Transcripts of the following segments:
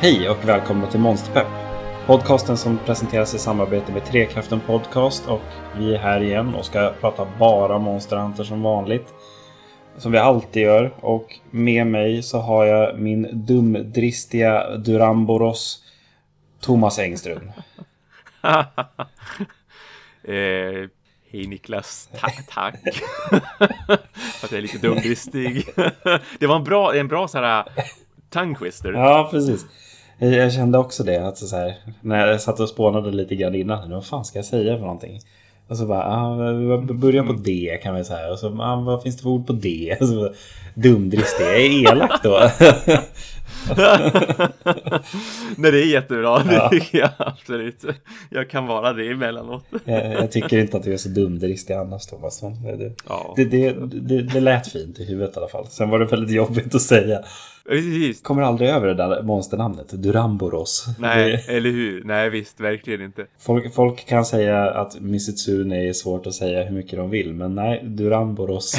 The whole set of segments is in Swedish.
Hej och välkomna till Monsterpepp. Podcasten som presenteras i samarbete med Trekraften Podcast. Och vi är här igen och ska prata bara Monster Hunter som vanligt. Som vi alltid gör. Och med mig så har jag min dumdristiga Duramboros Thomas Engström. Hej Niklas, tack. Att jag är lite dumdristig. Det var en bra så här tongue twister. Ja, precis. Jag kände också det, att så här, när jag satt och spånade lite grann innan, vad fan ska jag säga för någonting? Och så bara, börja på D kan vi säga. Och så, vad finns det för ord på D? Och så, dumdristig, jag är elak då. Nej, det är jättebra, det Ja. tycker jag absolut. Jag kan vara det emellanåt. Jag tycker inte att du är så dumdristig annars, Thomas. Ja. Det lät fint i huvudet i alla fall. Sen var det väldigt jobbigt att säga. Precis. Kommer aldrig över det där monsternamnet, Duramboros. Nej, eller hur? Nej, visst, verkligen inte. Folk kan säga att Missitsune är svårt att säga hur mycket de vill. Men nej, Duramboros...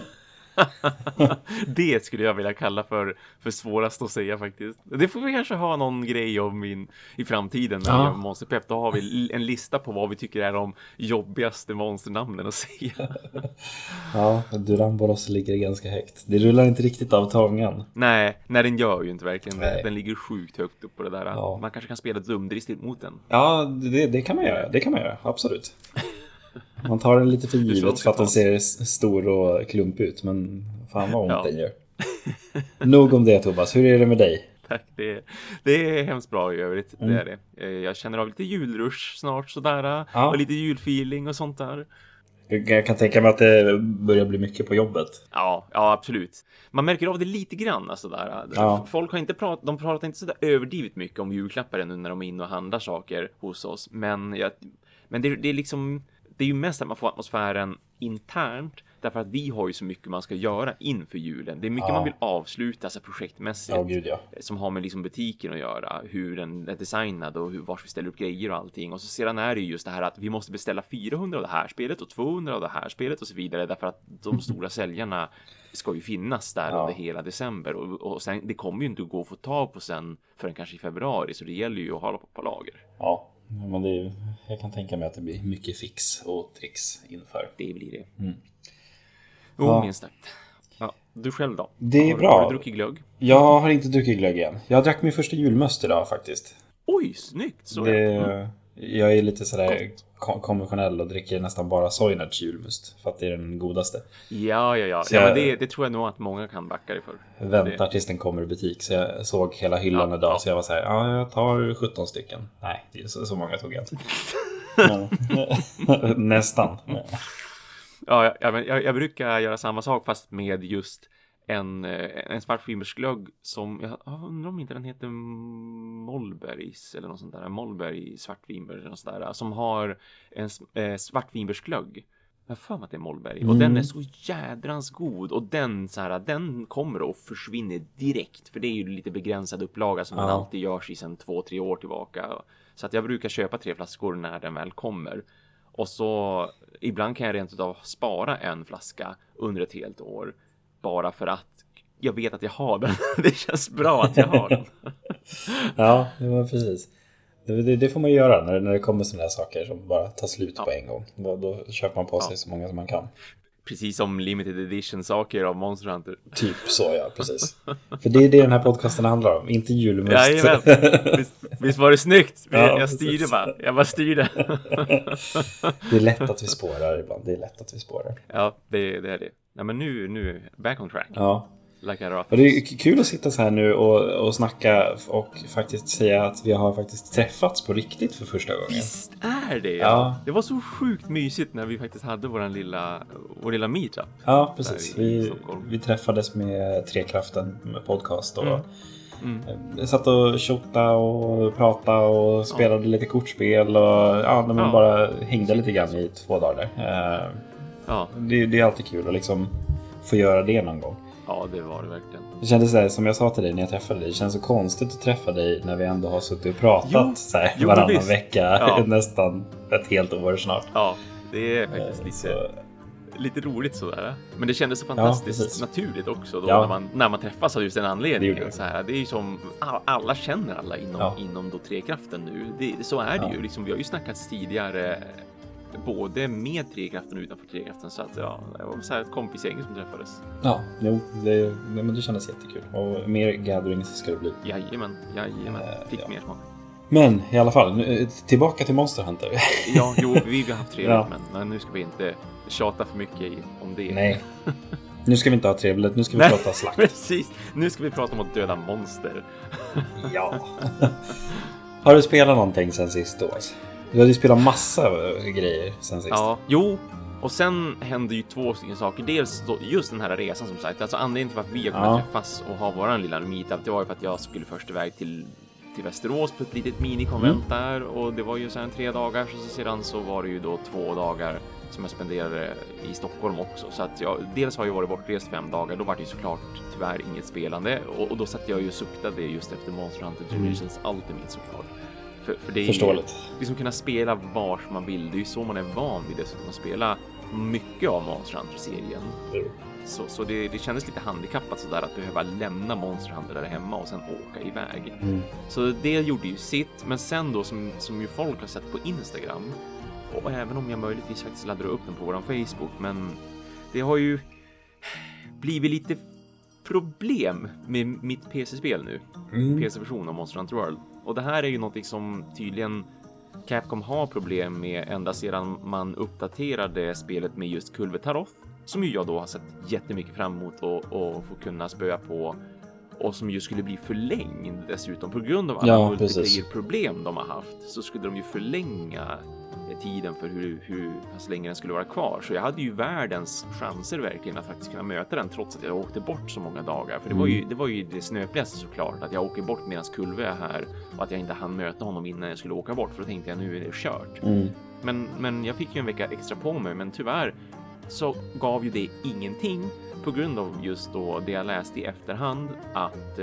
Det skulle jag vilja kalla för svårast att säga faktiskt. Det får vi kanske ha någon grej om i framtiden när vi gör Monsterpepp. Då har vi en lista på vad vi tycker är de jobbigaste monsternamnen att säga. Ja, Duramboros ligger ganska högt. Det rullar inte riktigt av tången. Nej, den gör ju inte verkligen det. Nej. Den ligger sjukt högt upp på det där. Ja. Man kanske kan spela dumdristigt mot den. Ja, det kan man göra. Det kan man göra, absolut. Man tar den lite för givet för att den ser stor och klump ut. Men fan vad ont den gör. Nog om det, Thomas. Hur är det med dig? Tack, det är hemskt bra i övrigt. Det är det. Jag känner av lite julrush snart sådär. Ja. Och lite julfeeling och sånt där. Jag kan tänka mig att det börjar bli mycket på jobbet. Ja, absolut. Man märker av det lite grann alltså där. Ja. Folk har inte pratar inte så där överdrivet mycket om julklappar ännu när de är inne och handlar saker hos oss. Men det är liksom, det är ju mest att man får atmosfären internt, därför att vi har ju så mycket man ska göra inför julen. Det är mycket man vill avsluta så projektmässigt. Ja, gud ja. Som har med liksom butiken att göra, hur den är designad och vars vi ställer upp grejer och allting. Och så sedan är det ju just det här att vi måste beställa 400 av det här spelet och 200 av det här spelet och så vidare, därför att de stora säljarna ska ju finnas där under hela december. Och sen, det kommer ju inte att gå att få tag på sen förrän kanske i februari, så det gäller ju att ha på lager. Ja, men jag kan tänka mig att det blir mycket fix och tricks inför. Det blir det. Ja. Minst sagt. Ja, du själv då? Det är bra. Har du druckit glögg? Jag har inte druckit glögg än. Jag drack min första julmust idag faktiskt. Oj, snyggt! Så Jag är lite sådär konventionell och dricker nästan bara Soinerts julmust. För att det är den godaste. Ja. Men det tror jag nog att många kan backa dig för. Jag väntar tills den kommer i butik. Så jag såg hela hyllan idag. Så jag var såhär, jag tar 17 stycken. Nej, det är så många tog jag inte. Nästan. Ja, men jag brukar göra samma sak fast med just en svartvinbärsglögg som jag undrar om inte den heter Mollbergs eller något sånt där. Mollberg svartvinbär eller något sånt där, som har en svartvinbärsglögg. Jag får att det är Mollberg. Och den är så jädrans god. Och den kommer att försvinna direkt. För det är ju lite begränsad upplaga som man alltid gör sig sedan 2-3 år tillbaka. Så att jag brukar köpa 3 flaskor när den väl kommer. Och så ibland kan jag rent utav spara en flaska under ett helt år. Bara för att jag vet att jag har den. Det känns bra att jag har den. Ja, det var precis. Det får man göra när det kommer sådana här saker som bara tar slut på en gång. Då köper man på sig så många som man kan. Precis som limited edition saker av Monster Hunter. Typ så, ja, precis. För det är det den här podcasten handlar om, inte julmust. Jajamän. Visst var det snyggt? Ja, jag styrde bara. Jag bara styrde. Det är lätt att vi spårar ibland. Ja, det är det. Nej, men nu back on track. Ja. Like a och det är kul att sitta så här nu och snacka och faktiskt säga att vi har faktiskt träffats på riktigt för första gången. Visst är det, ja. Det var så sjukt mysigt när vi faktiskt hade vår lilla meetup. Ja, precis. Vi träffades med Trekraften med podcast och satt och tjotta och prata och spelade lite kortspel och men bara hängde lite grann i 2 dagar där. Det är alltid kul att liksom få göra det någon gång. Ja, det var det verkligen. Det kändes så här, som jag sa till dig när jag träffade dig. Det känns så konstigt att träffa dig när vi ändå har suttit och pratat varannan vecka. Nästan ett helt år snart. Ja, det är faktiskt lite... lite roligt sådär. Men det kändes så fantastiskt naturligt också då när man träffas av just den anledningen. Så här, det är ju som alla känner alla inom då Trekraften nu. Så är det ju. Liksom, vi har ju snackat tidigare både med Trekraften och utanför Trekraften. Så att det var så här ett kompisgäng som träffades. Ja, jo, men det kändes jättekul. Och mer gatherings ska det bli. Jajamän. Fick mer smak. Men i alla fall, tillbaka till Monster Hunter. Ja, jo, vi har haft trevligt, men nu ska vi inte tjata för mycket om det. Nej, nu ska vi inte ha trevligt, nu ska vi prata slakt. Precis, nu ska vi prata om att döda monster. Ja. Har du spelat någonting sen sist då? Du hade ju spelat massa grejer sen sist. Ja, jo. Och sen hände ju 2 stycken saker. Dels då, just den här resan som sagt. Alltså anledningen till varför vi har kunnat träffas och ha våran lilla meetup, det var ju för att jag skulle först iväg till Västerås på ett litet minikonvent där. Och det var ju sen 3 dagar. Så sedan så var det ju då 2 dagar som jag spenderade i Stockholm också. Så att dels har jag varit bortrest 5 dagar. Då var det ju såklart tyvärr inget spelande. Och då satt jag ju och suktade just efter Monster Hunter Generations Ultimate såklart. För det är förståeligt. Liksom kunna spela var man vill. Det är ju så man är van vid dessutom att spela mycket av Monster Hunter-serien. Så det kändes lite handikappat sådär att behöva lämna Monster Hunter där hemma och sen åka iväg. Så det gjorde ju sitt. Men sen då som ju folk har sett på Instagram, och även om jag möjligtvis faktiskt laddar upp den på vår Facebook, men det har ju blivit lite problem med mitt PC-spel nu. PC-version av Monster Hunter World. Och det här är ju något som tydligen Capcom har problem med ända sedan man uppdaterade spelet med just Kulve Taroth, som ju jag då har sett jättemycket fram emot och få kunna spöa på, och som ju skulle bli förlängd dessutom på grund av alla multiplayer-problem de har haft. Så skulle de ju förlänga tiden för hur pass länge den skulle vara kvar. Så jag hade ju världens chanser verkligen att faktiskt kunna möta den, trots att jag åkte bort så många dagar. För det var ju det snöpligaste såklart, att jag åker bort medan Kulve är här och att jag inte hann möta honom innan jag skulle åka bort. För då tänkte jag, nu är det kört. Men jag fick ju en vecka extra på mig, men tyvärr så gav ju det ingenting på grund av just då det jag läste i efterhand, att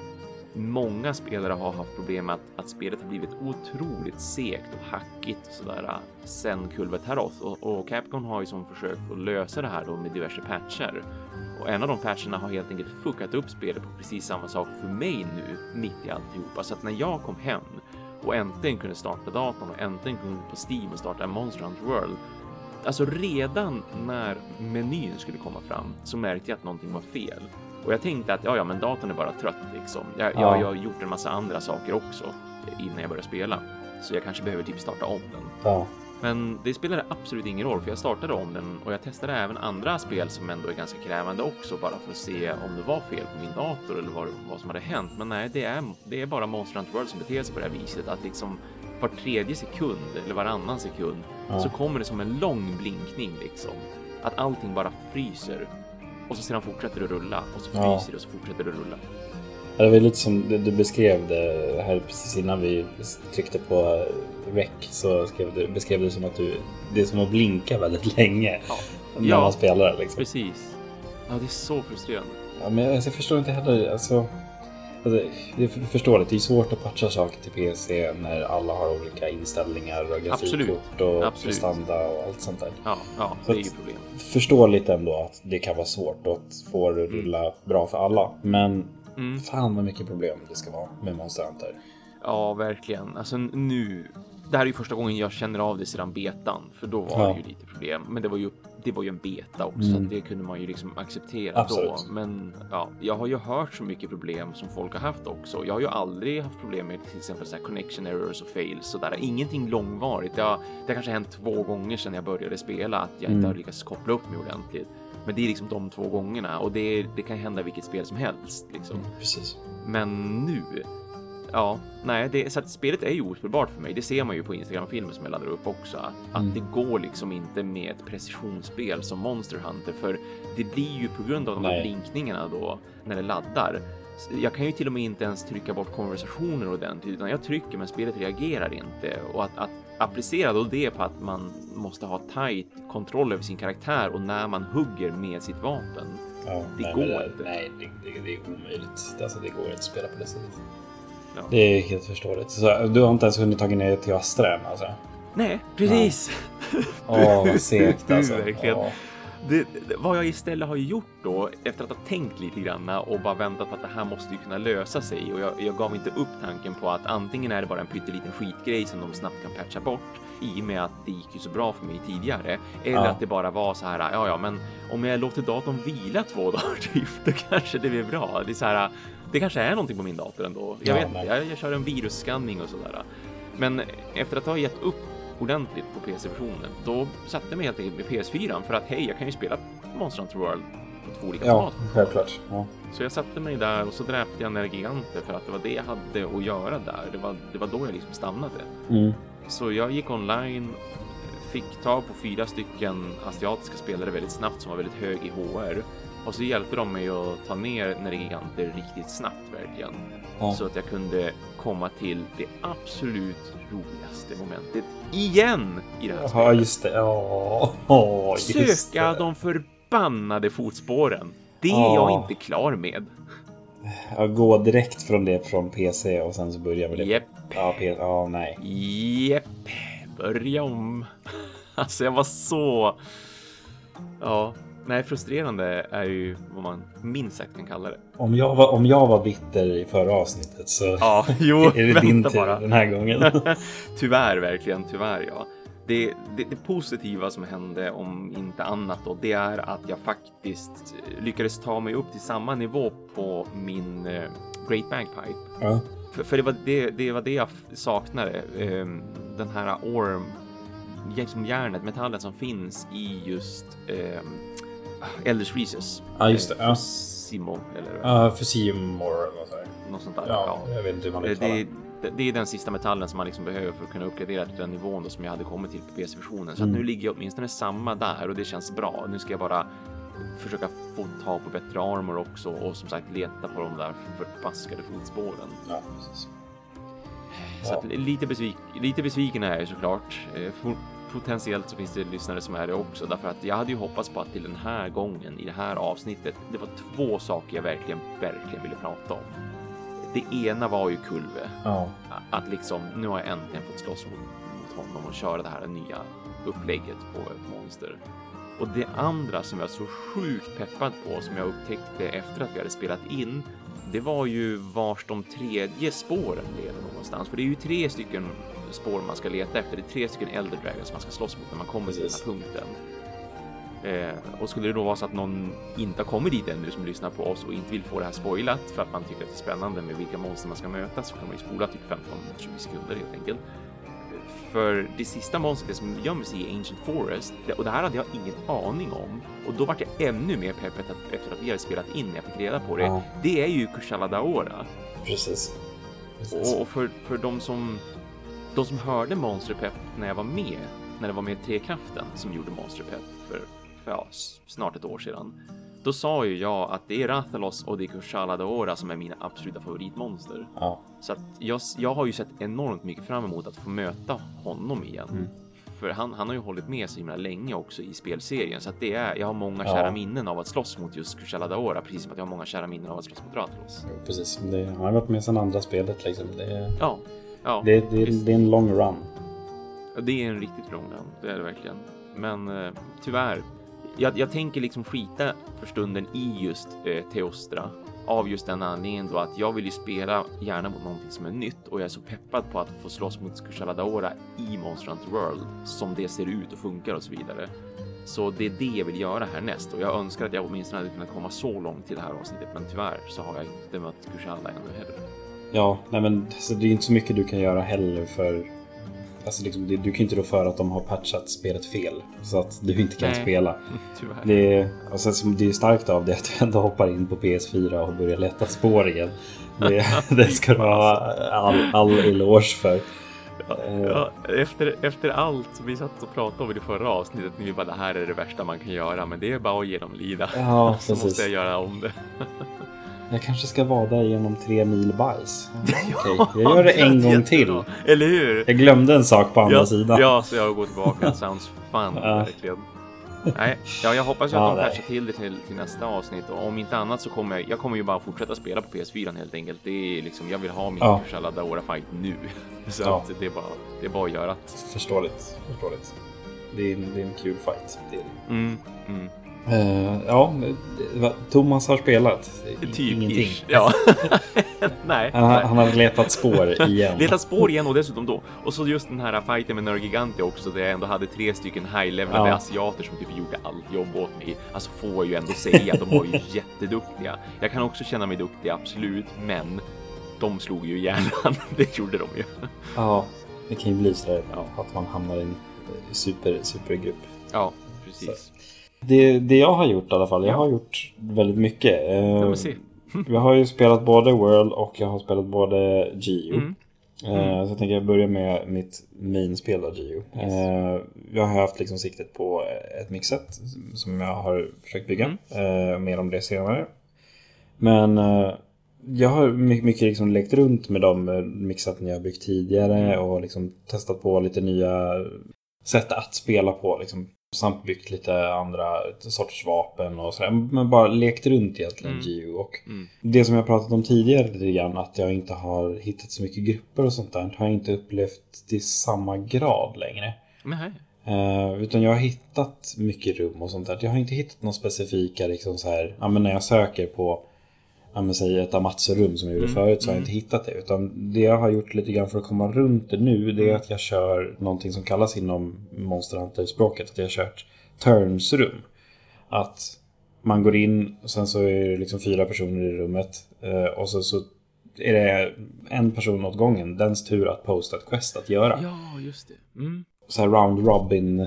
många spelare har haft problem med att spelet har blivit otroligt segt och hackigt och sådär sen Kulve Taroth, och Capcom har ju som försökt att lösa det här då med diverse patcher, och en av de patcherna har helt enkelt fuckat upp spelet på precis samma sak för mig nu mitt i alltihopa. Så att när jag kom hem och äntligen kunde starta datorn och äntligen kunde på Steam och starta Monster Hunter World, alltså redan när menyn skulle komma fram så märkte jag att någonting var fel. Och jag tänkte att men datorn är bara trött liksom. Jag har gjort en massa andra saker också innan jag började spela. Så jag kanske behöver typ starta om den. Ja. Men det spelade absolut ingen roll, för jag startade om den och jag testade även andra spel som ändå är ganska krävande också, bara för att se om det var fel på min dator eller vad som hade hänt. Men nej, det är bara Monster Hunter World som beter sig på det här viset, att liksom var 3:e sekund eller varannan sekund så kommer det som en lång blinkning liksom. Att allting bara fryser. Och så sedan fortsätter det rulla. Och så fryser det och så fortsätter det rulla. Det var lite som du beskrev det här precis innan vi tryckte på rec. Så beskrev du som att det är som att blinka väldigt länge när man spelar liksom. Precis. Ja, det är så frustrerande. Ja, men jag förstår inte heller. Alltså, det är förståeligt. Det är svårt att patcha saker till PC när alla har olika inställningar och grafikkort och prestanda och allt sånt där. Ja, det är ju problem. Förstår lite ändå att det kan vara svårt att få det rulla bra för alla. Men fan vad mycket problem det ska vara med Monster Hunter. Ja, verkligen. Alltså nu, det här är ju första gången jag känner av det sedan betan. För då var det ju lite problem. Men det var ju en beta också. Så det kunde man ju liksom acceptera. Absolut. Då. Men jag har ju hört så mycket problem som folk har haft också. Jag har ju aldrig haft problem med till exempel så här connection errors och fails. Så där. Ingenting långvarigt. Det har kanske hänt 2 gånger sedan jag började spela att jag inte har lyckats koppla upp mig ordentligt. Men det är liksom de 2 gångerna. Och det kan hända vilket spel som helst. Liksom. Precis. Men nu... så att spelet är ju ospelbart för mig. Det ser man ju på Instagram-filmer som jag laddar upp också. Att det går liksom inte med ett precisionsspel som Monster Hunter. För det blir ju på grund av de här blinkningarna då när det laddar. Jag kan ju till och med inte ens trycka bort konversationer ordentligt. Utan jag trycker men spelet reagerar inte. Och att applicera då det på att man måste ha tight kontroll över sin karaktär och när man hugger med sitt vapen. Det går inte. Nej, det är omöjligt. Alltså, det går inte att spela på det sättet. Ja. Det är helt förståeligt. Så du har inte ens hunnit ta ner till Astra än alltså? Nej, precis. Vad segt alltså. Verkligen. vad jag istället har gjort då, efter att ha tänkt lite grann och bara väntat på att det här måste ju kunna lösa sig, och jag gav inte upp tanken på att antingen är det bara en pytteliten skitgrej som de snabbt kan patcha bort i och med att det gick ju så bra för mig tidigare, eller att det bara var så här, ja men om jag låter datorn vila 2 dagar typ, då kanske det blir bra. Det är så här, det kanske är någonting på min dator ändå. Jag vet inte, jag kör en virusskanning och sådär. Men efter att ha gett upp ordentligt på PC-versionen, då satte jag mig helt enkelt med PS4 för att hej, jag kan ju spela Monster Hunter World på 2 olika format. Ja, självklart. Ja. Så jag satte mig där och så dräpte jag Nergiganter för att det var det jag hade att göra där. Det var då jag liksom stannade. Så jag gick online, fick tag på 4 stycken asiatiska spelare väldigt snabbt som var väldigt hög i HR. Och så hjälpte de mig att ta ner Nergiganter riktigt snabbt verkligen. Så att jag kunde komma till det absolut roligaste momentet igen i det här spelet. Ja, just det. Söka de förbannade fotspåren. Det är jag inte klar med. Jag går direkt från PC och sen så börjar med det. Jepp. Nej. Jepp. Börja om. Alltså jag var så... Ja... Nej, frustrerande är ju vad man minst sagt kan kalla det. Om jag var bitter i förra avsnittet så är det din tur bara. Den här gången. Tyvärr, verkligen. Tyvärr, ja. Det positiva som hände, om inte annat då, det är att jag faktiskt lyckades ta mig upp till samma nivå på min Great Bagpipe. Ja. För det var det jag saknade. Den här som järnet, metallen som finns i just Elders Resus. Ja, just det. För Simo, eller? Ja, för Seymour eller något sånt där. Ja, jag vet inte hur man uttalar. Det är den sista metallen som man liksom behöver för att kunna uppgradera till den nivån då som jag hade kommit till på PC-versionen. Så att nu ligger jag åtminstone samma där och det känns bra. Nu ska jag bara försöka få tag på bättre armor också och som sagt leta på de där förbaskade fotspåren. Ja, precis. Så att lite besviken är jag såklart. Potentiellt så finns det lyssnare som är det också, därför att jag hade ju hoppats på att till den här gången i det här avsnittet, det var 2 saker jag verkligen ville prata om. Det ena var ju Kulve. Att liksom, nu har jag äntligen fått slåss mot honom och köra det här nya upplägget på ett monster. Och det andra som jag är så sjukt peppad på, som jag upptäckte efter att vi hade spelat in, det var ju vars de 3:e spåren leder någonstans. För det är ju 3 stycken spår man ska leta efter. Det är 3 stycken Elder Dragons som man ska slåss mot när man kommer till den här punkten. Och skulle det då vara så att någon inte har kommit dit ännu som lyssnar på oss och inte vill få det här spoilat för att man tycker att det är spännande med vilka monster man ska möta, så kan man ju spola typ 15-20 sekunder helt enkelt. För det sista monstret som gömmer sig i Ancient Forest, och det här hade jag ingen aning om, och då var jag ännu mer peppad efter att vi hade spelat in när jag fick reda på det. Det är ju Kushala Daora. Precis. Och för de som hörde Monster Pep när jag var med, när det var med Trekraften som gjorde Monster Pep för snart ett år sedan, då sa ju jag att det är Rathalos och det är Kushala Daora som är mina absoluta favoritmonster. Så att jag har ju sett enormt mycket fram emot att få möta honom igen. För han har ju hållit med så himla länge också i spelserien, så att jag har många kära minnen av att slåss mot just Kushala Daora, precis som att jag har många kära minnen av att slåss mot Rathalos. Jo, precis. Han har varit med sedan andra spelet liksom. Ja. Det är en long run. Det är en riktigt lång run, det är det verkligen. Men tyvärr, jag tänker liksom skita för stunden i just Teostra. Av just den anledningen då att jag vill ju spela gärna mot någonting som är nytt, och jag är så peppad på att få slåss mot Kushala Daora i Monster Hunter World, som det ser ut och funkar och så vidare. Så det är det jag vill göra härnäst, och jag önskar att jag åtminstone hade kunnat komma så långt till det här avsnittet, men tyvärr så har jag inte mött Kushala ännu heller. Ja, nej men alltså, det är inte så mycket du kan göra heller, för alltså, liksom, du kan inte då för att de har patchat spelet fel så att du inte kan spela. Tyvärr. Det är starkt av det att du ändå hoppar in på PS4 och börjar leta spår igen. Det ska du ha all eloge för. Ja, efter allt som vi satt och pratade om i det förra avsnittet, nu bara det här är det värsta man kan göra, men det är bara att genomlida. Ja, så måste jag göra om det. Jag kanske ska vada genom 3 mil bajs. Okej, jag gör det en gång till. Eller hur? Jag glömde en sak på andra sidan. Ja, så jag går tillbaka. Sounds fun, verkligen. Nej, jag hoppas att de patchar till det till nästa avsnitt. Och om inte annat så kommer jag ju bara fortsätta spela på PS4 helt enkelt. Det är liksom, jag vill ha min Kushala Daora fight nu. Så att det är bara att göra. Förståeligt. Det är en kul fight. Det är det. Ja, Thomas har spelat. Typ ingenting. Ja. Nej. Han har letat spår igen. Letat spår igen och dessutom då. Och så just den här fighten med Nergigante också, där jag ändå hade 3 stycken high-levelade asiater som typ gjorde allt jobb åt mig. Alltså får jag ju ändå säga att de var ju jätteduktiga. Jag kan också känna mig duktig, absolut, men de slog ju hjärnan. Det gjorde de ju. Ja, det kan ju bli så där att man hamnar i en supergrupp. Ja, precis. Så. Det jag har gjort i alla fall, jag har gjort väldigt mycket. Jag har ju spelat både World och jag har spelat både Geo. Så jag tänker börja med mitt main-spel av Geo. Jag har haft liksom siktet på ett mixet som jag har försökt bygga. Mer om det senare. Men jag har mycket liksom lekt runt med de mixaten jag har byggt tidigare och liksom testat på lite nya sätt att spela på liksom. Samt byggt lite andra sorters vapen och sådär. Men bara lekt runt egentligen Geo. Och det som jag pratat om tidigare lite grann, att jag inte har hittat så mycket grupper och sånt där, har jag inte upplevt till samma grad längre. Utan jag har hittat mycket rum och sånt där. Jag har inte hittat någon specifika liksom så här, ja, men när jag söker på säg ett Amatsu-rum som jag gjorde förut, så har jag inte hittat det. Utan det jag har gjort lite grann för att komma runt det nu, det är att jag kör någonting som kallas inom Monster Hunter-språket, att jag har kört turns-rum. Att man går in och sen så är det liksom 4 personer i rummet. Och så är det en person åt gången, dens tur att posta ett quest att göra. Ja, just det. Så här round robin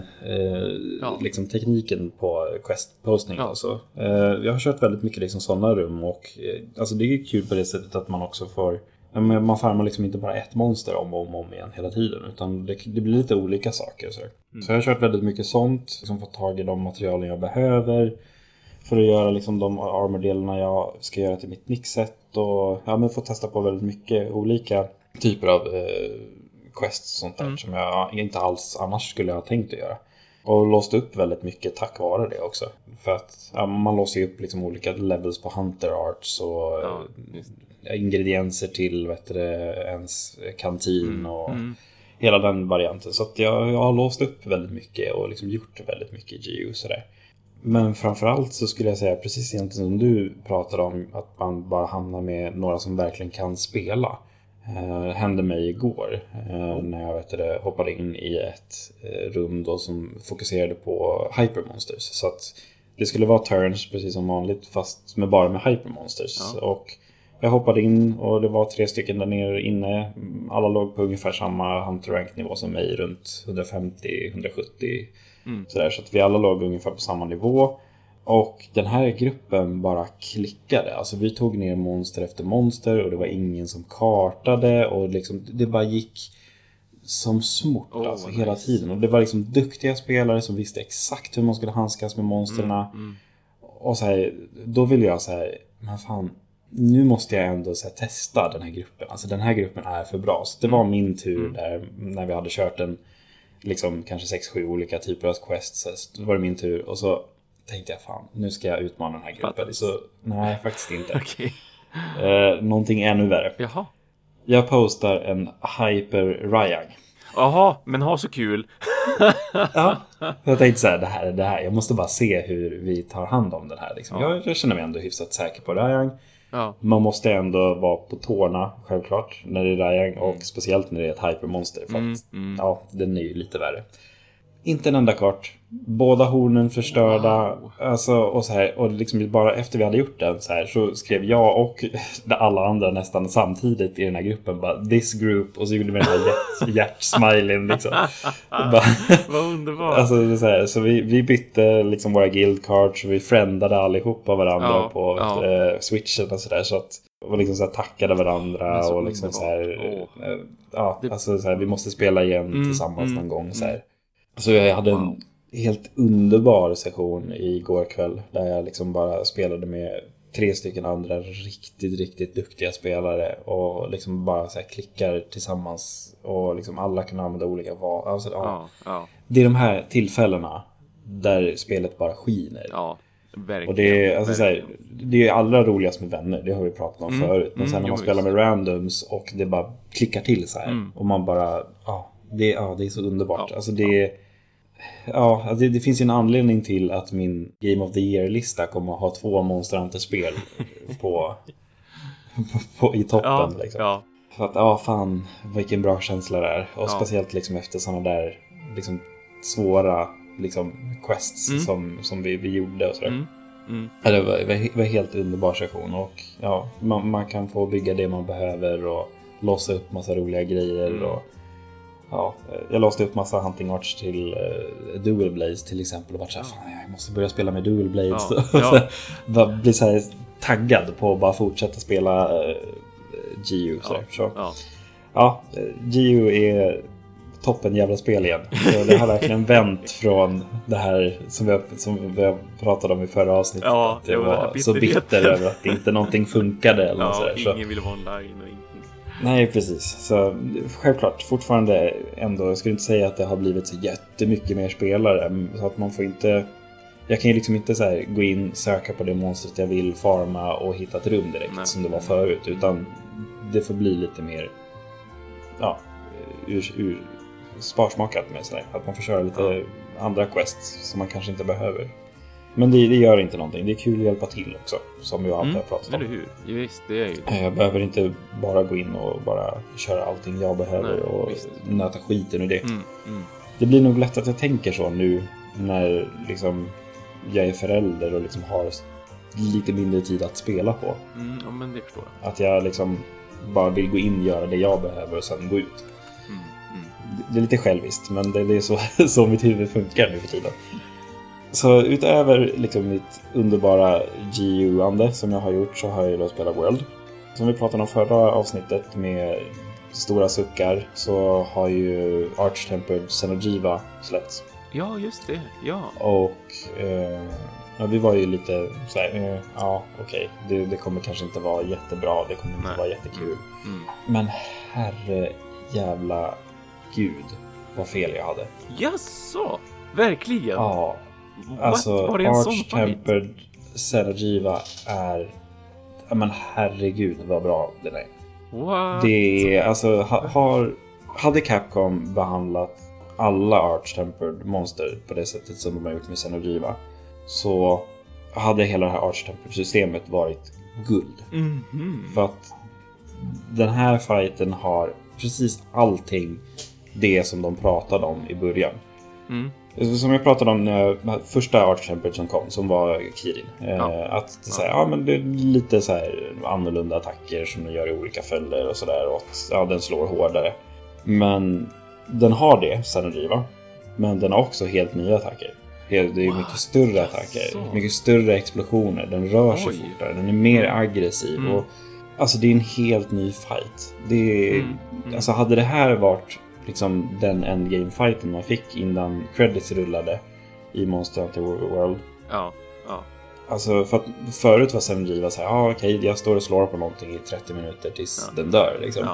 liksom tekniken på quest-postning. Alltså. Jag har kört väldigt mycket liksom sådana rum och alltså det är kul på det sättet att man också får, man farmar liksom inte bara ett monster om och om igen hela tiden, utan det blir lite olika saker. Så jag har kört väldigt mycket sånt, liksom fått tag i de materialen jag behöver för att göra liksom de armordelarna jag ska göra till mitt mixset och få testa på väldigt mycket olika typer av quests och sånt där som jag inte alls annars skulle ha tänkt att göra. Och låst upp väldigt mycket tack vare det också. För att man låser ju upp liksom olika levels på Hunter Arts och ingredienser till ens kantin och hela den varianten. Så att jag har låst upp väldigt mycket och liksom gjort väldigt mycket i Geo sådär. Men framförallt så skulle jag säga, precis egentligen som du pratade om, att man bara hamnar med några som verkligen kan spela. Hände mig igår när jag hoppade in i ett rum då som fokuserade på hypermonsters. Så att det skulle vara turns precis som vanligt, fast bara med hypermonsters. Och jag hoppade in och det var 3 stycken där nere inne. Alla låg på ungefär samma hunter rank nivå som mig, runt 150-170 sådär. Så att vi alla låg ungefär på samma nivå. Och den här gruppen bara klickade. Alltså vi tog ner monster efter monster och det var ingen som kartade. Och liksom, det bara gick som smort hela tiden. Och det var liksom duktiga spelare som visste exakt hur man skulle handskas med monsterna. Och så här, då ville jag så här, men fan, nu måste jag ändå så här, testa den här gruppen. Alltså den här gruppen är för bra. Så det var min tur där, när vi hade kört en liksom kanske 6-7 olika typer av quests. Så då var det min tur och så tänkte jag, fan, nu ska jag utmana den här gruppen. Så nej, faktiskt inte. Någonting ännu värre. Jaha. Jag postar en Hyper Ryang. Jaha, men ha så kul. Ja, jag tänkte så här, det här. Jag måste bara se hur vi tar hand om den här. Liksom. Jag känner mig ändå hyfsat säker på Ryang. Man måste ändå vara på tårna, självklart, när det är Ryang. Och speciellt när det är ett hypermonster. För att, den är ju lite värre. Inte en enda kart. Båda hornen förstörda. Wow. Alltså, och så här, och liksom bara efter vi hade gjort den så här, så skrev jag och alla andra nästan samtidigt i den här gruppen bara, this group, och så gjorde vi den här hjärtsmilen liksom. Vad underbart. Alltså, så vi bytte liksom våra guild cards och vi friendade allihopa varandra på switchen och sådär, så att och liksom så här tackade varandra och liksom så här, alltså så här, vi måste spela igen tillsammans någon gång så här. Så jag hade en helt underbar session igår kväll där jag liksom bara spelade med 3 stycken andra riktigt duktiga spelare och liksom bara så här klickar tillsammans och liksom alla kan använda olika val. Alltså, det är de här tillfällena där spelet bara skiner. Ja, verkligen. Och det är, alltså, så här, det är allra roligast med vänner, det har vi pratat om förut. Men sen när man spelar med randoms och det bara klickar till så här och man bara, det är så underbart. Alltså det är Ja, det finns ju en anledning till att min Game of the Year-lista kommer att ha 2 Monster Hunter-spel i toppen. Liksom. Ja. För att, fan, vilken bra känsla det är. Och speciellt liksom efter sådana där liksom, svåra liksom, quests som vi gjorde och sådär. Det var helt underbar session. Och ja, man kan få bygga det man behöver och låsa upp massa roliga grejer. Och, ja, jag låste upp massa hunting arts till Dual Blades till exempel. Och bara så här, fan, jag måste börja spela med Dual Blades. Ja. Bli så här taggad på att bara fortsätta spela GU. Ja, GU är toppen jävla spel igen. Så det har verkligen vänt från det här som vi pratade om i förra avsnittet. Ja, att jag var så bitter över att inte någonting funkade. Eller något sådär. Ingen ville vara online och ingenting. Nej, precis. Så självklart, fortfarande ändå, jag skulle inte säga att det har blivit så jättemycket mer spelare. Så att man får inte... Jag kan ju liksom inte så här gå in, söka på det monstret jag vill, farma och hitta ett rum direkt som det var förut. Utan det får bli lite mer sparsmakat med sådär. Att man får köra lite andra quests som man kanske inte behöver. Men det gör inte någonting. Det är kul att hjälpa till också, som vi alltid har pratat om. Eller hur? Just det är ju det. Jag behöver inte bara gå in och bara köra allting jag behöver och nöta skiten ur det. Det blir nog lätt att jag tänker så nu när liksom jag är förälder och liksom har lite mindre tid att spela på. Ja, men det förstår jag. Att jag liksom bara vill gå in och göra det jag behöver och sen gå ut. Det är lite själviskt, men det är så mitt huvud funkar nu för tiden. Så utöver liksom mitt underbara GU-ande som jag har gjort så har jag då spelat World. Som vi pratade om förra avsnittet med stora suckar så har ju Arch-Tempered Xeno'jiiva släppts. Ja, just det. Ja. Och vi var ju lite såhär, okej. Det kommer kanske inte vara jättebra, det kommer inte vara jättekul. Men herre jävla gud vad fel jag hade. Jaså? Verkligen? Ja. Alltså Arch-Tempered Xeno'jiiva är... Men herregud vad bra den är. What? Det är, alltså hade Capcom behandlat alla Arch-Tempered monster på det sättet som de har gjort med Xeno'jiiva, så hade hela det här Arch-Tempered-systemet varit guld. För att den här fighten har precis allting det som de pratade om i början. Som jag pratade om första Arch-Tempered som kom, som var Kirin. Att det, såhär, men det är lite så här annorlunda attacker som den gör i olika följder och sådär. Och att den slår hårdare. Men den har det, Xeno'jiiva. Men den har också helt nya attacker. Det är mycket större attacker, mycket större explosioner. Den rör sig fortare, den är mer aggressiv. Och, alltså det är en helt ny fight. Det är, alltså hade det här varit liksom den endgame-fighten man fick innan credits rullade i Monster Hunter World. Ja. Alltså för att förut var Xeno'jiiva så här, okej, jag står och slår på någonting i 30 minuter tills den dör liksom.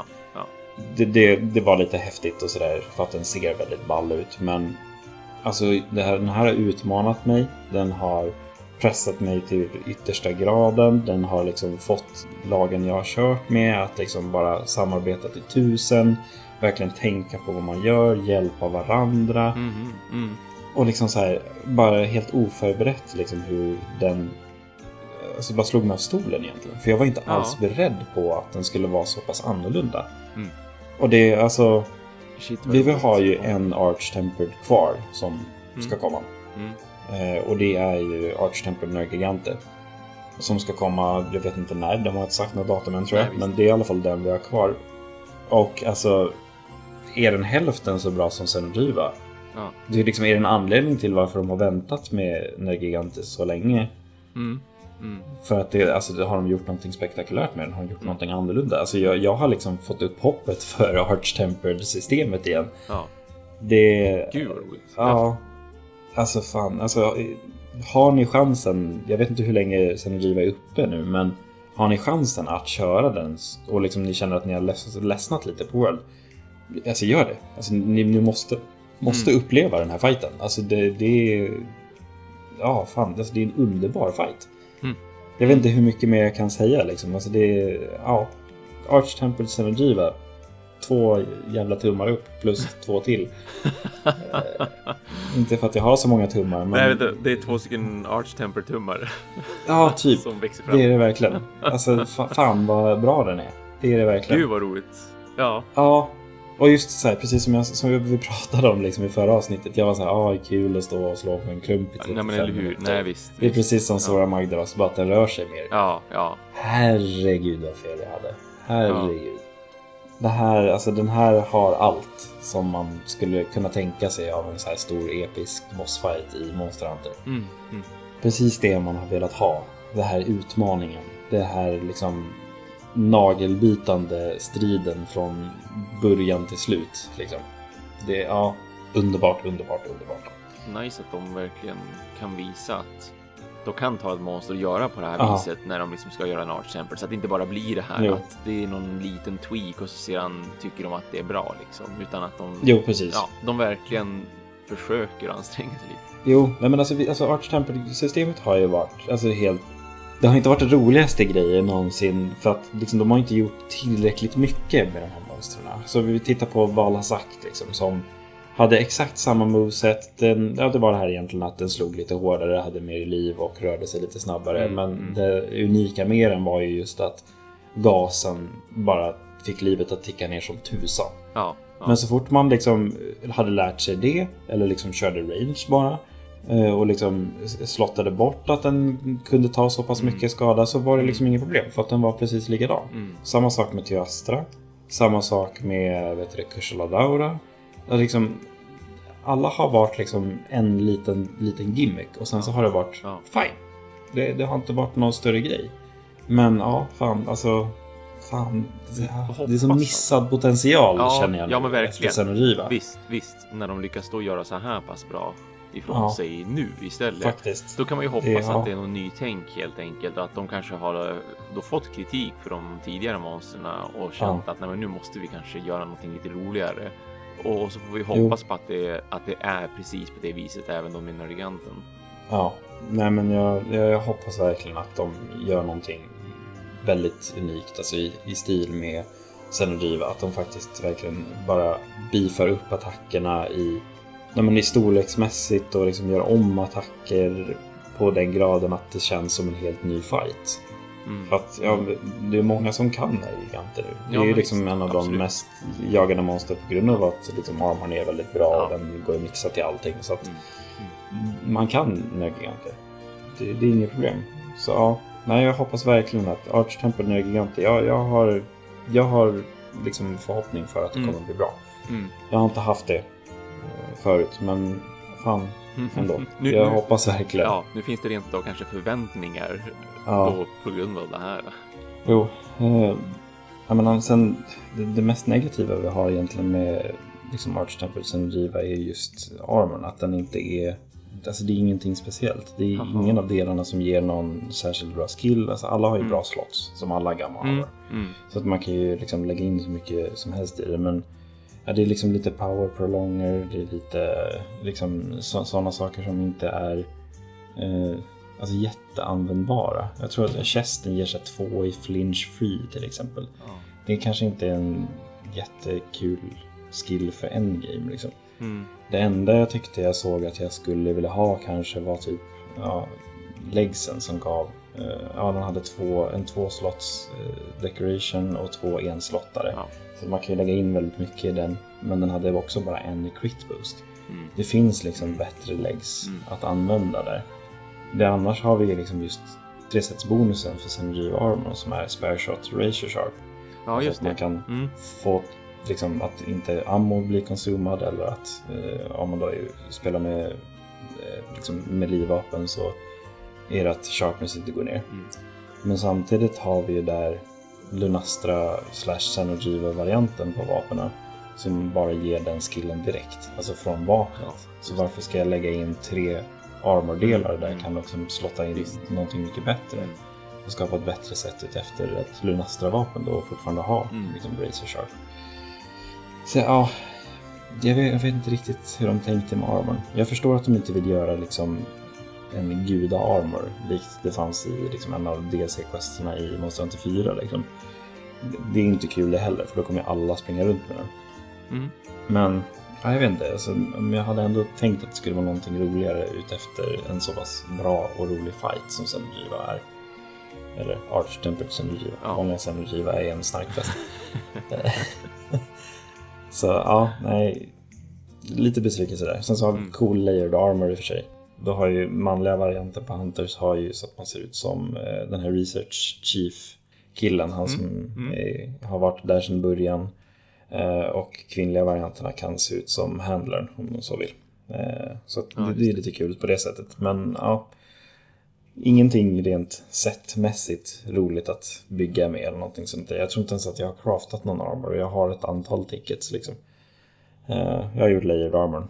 Det var lite häftigt och sådär för att den ser väldigt ball ut, men alltså den här har utmanat mig. Den har pressat mig till yttersta graden. Den har liksom fått lagen jag har kört med att liksom bara samarbeta till 1000. Verkligen tänka på vad man gör, hjälpa varandra. Och liksom så här, bara helt oförberett liksom hur den alltså bara slog mig av stolen egentligen. För jag var inte alls beredd på att den skulle vara så pass annorlunda. Och det är alltså... vi har ju en Arch-Tempered kvar som ska komma. Och det är ju Arch-Tempered Nergigante. Som ska komma, jag vet inte när, de har inte sagt något datum än tror jag. Men det är i alla fall den vi har kvar. Och alltså, är den hälften så bra som Xeno'jiiva? Det är liksom, är det en anledning till varför de har väntat med Nergigante så länge? För att det har de gjort någonting spektakulärt med den, har de gjort någonting annorlunda. Alltså jag har liksom fått upp hoppet för Arch-Tempered-systemet igen. Gud vad roligt. Ja, alltså fan, alltså har ni chansen, jag vet inte hur länge Xeno'jiiva är uppe nu, men har ni chansen att köra den och liksom ni känner att ni har ledsnat lite på World, alltså gör det. Alltså ni måste uppleva den här fighten. Alltså det är alltså det är en underbar fight. Jag vet inte hur mycket mer jag kan säga liksom. Alltså det är Arch-Tempered Xeno'jiiva 2 jävla tummar upp plus 2 till. Inte för att jag har så många tummar. Men... Nej, det är 2 stycken Arch-Temper-tummar. Ja, typ. Som växer fram. Det är det verkligen. Alltså, fan vad bra den är. Det är det verkligen. Gud vad roligt. Ja. Ja. Och just så här, precis som vi pratade om liksom i förra avsnittet. Jag var så här, kul att stå och slå på en klump i 35 Nej, men eller hur? minuter. Nej, visst. Det är precis som Sora Magdaros, bara att den rör sig mer. Ja. Herregud vad fel jag hade. Herregud. Det här, alltså den här har allt som man skulle kunna tänka sig av en så här stor episk bossfight i Monster Hunter. Precis det man har velat ha. Det här utmaningen. Det här liksom nagelbitande striden från början till slut liksom. Det är underbart. Nice att de verkligen kan visa att de kan ta ett monster och göra på det här viset när de liksom ska göra en Arch-Temper, så att det inte bara blir det här att det är någon liten tweak och så sedan tycker de att det är bra liksom, utan att de verkligen försöker anstränga sig lite. Jo, men alltså Arch-Temper-systemet har ju varit alltså helt. Det har inte varit det roligaste grejen någonsin, för att liksom, de har inte gjort tillräckligt mycket med de här monsterna. Så vi tittar på Valhazak liksom, som hade exakt samma moveset. Det var det här egentligen att den slog lite hårdare, hade mer liv och rörde sig lite snabbare. Men det unika med den var ju just att gasen bara fick livet att ticka ner som tusan. Ja. Men så fort man liksom hade lärt sig det, eller liksom körde range bara, och liksom slottade bort att den kunde ta så pass mycket skada, så var det liksom inget problem, för att den var precis likadan. Samma sak med Tyastra, samma sak med Kushala Daora. Liksom, alla har varit liksom en liten gimmick, och sen så har det varit fine. Det har inte varit någon större grej. Men det är så missad potential känner jag nu. Ja, men verkligen. Senoriva. Visst, när de lyckas då göra så här pass bra ifrån sig nu istället. Faktiskt. Då kan man ju hoppas att det är någon nytänk helt enkelt, att de kanske har då fått kritik för de tidigare monsterna och känt att nu måste vi kanske göra någonting lite roligare. Och så får vi hoppas på att det är precis på det viset även de med Giganten. Ja, nej men jag hoppas verkligen att de gör någonting väldigt unikt, alltså i stil med Senodiva, att de faktiskt verkligen bara bifar upp attackerna i storleksmässigt och liksom gör om attacker på den graden att det känns som en helt ny fight. För att det är många som kan Giganter nu. Det är ju liksom en av de mest jagade monster på grund av att liksom armorn är väldigt bra och den går att mixa till allting, så att man kan Giganter. Det är inget problem. Så jag hoppas verkligen att Arch-Temper Giganter, jag har liksom förhoppning för att det kommer att bli bra. Jag har inte haft det förut, men fan ändå. Jag hoppas verkligen. Ja, nu finns det rent då kanske förväntningar då, på grund av det här. Jo, sen det mest negativa vi har egentligen med liksom Arch-Temper Senodiva är just armorn, att den inte är, alltså det är ingenting speciellt. Det är ingen av delarna som ger någon särskilt bra skill. Alltså alla har ju bra slots, som alla gamla har. Så att man kan ju liksom lägga in så mycket som helst i det, men det är liksom lite power prolonger, det är lite liksom sådana saker som inte är alltså jätteanvändbara. Jag tror att chesten ger sig 2 i flinch free till exempel. Det kanske inte är en jättekul skill för endgame liksom. Det enda jag tyckte jag såg att jag skulle vilja ha kanske var typ legsen som gav den hade en 2-slots decoration och 2 enslottare. Så man kan ju lägga in väldigt mycket i den, men den hade också bara en crit boost. Det finns liksom bättre legs att använda där. Det annars har vi liksom just 3-sets-bonusen för Senodiva Armor som är Spare Shot Razor Sharp. Ja, just så att man kan få liksom att inte ammo blir konsumad, eller att om man då spelar med liksom med livvapen så är det att sharpness inte går ner. Men samtidigt har vi ju där Lunastra / Senodiva-varianten på vapnen som bara ger den skillen direkt, alltså från vapnet. Så varför ska jag lägga in 3 armordelar där kan också slotta in någonting mycket bättre och skapa ett bättre sätt ut efter ett Lunastra-vapen då och fortfarande ha liksom Razor Sharp. Så jag vet inte riktigt hur de tänkte med armor. Jag förstår att de inte vill göra liksom en guda-armor likt det fanns i liksom en av DLC-questerna i Monster Hunter 4 liksom. det är inte kul det heller, för då kommer alla springa runt med den. Men jag vet inte, alltså, jag hade ändå tänkt att det skulle vara någonting roligare ut efter en så pass bra och rolig fight som Zenurgiva är. Eller Arch-Tempered Zenurgiva. Många Zenurgiva är en snarkfest. Så ja, nej, lite besvikelse där. Sen så har vi cool layered armor i och för sig. Då har ju manliga varianter på Hunters har ju så att man ser ut som den här research chief killen, han som har varit där sedan början. Och kvinnliga varianterna kan se ut som handlern om man så vill. Så att det är lite kul på det sättet. Men ja, ingenting rent setmässigt roligt att bygga med eller någonting sånt där. Jag tror inte ens att jag har craftat någon armor. Jag har ett antal tickets liksom. Jag har gjort layered armor.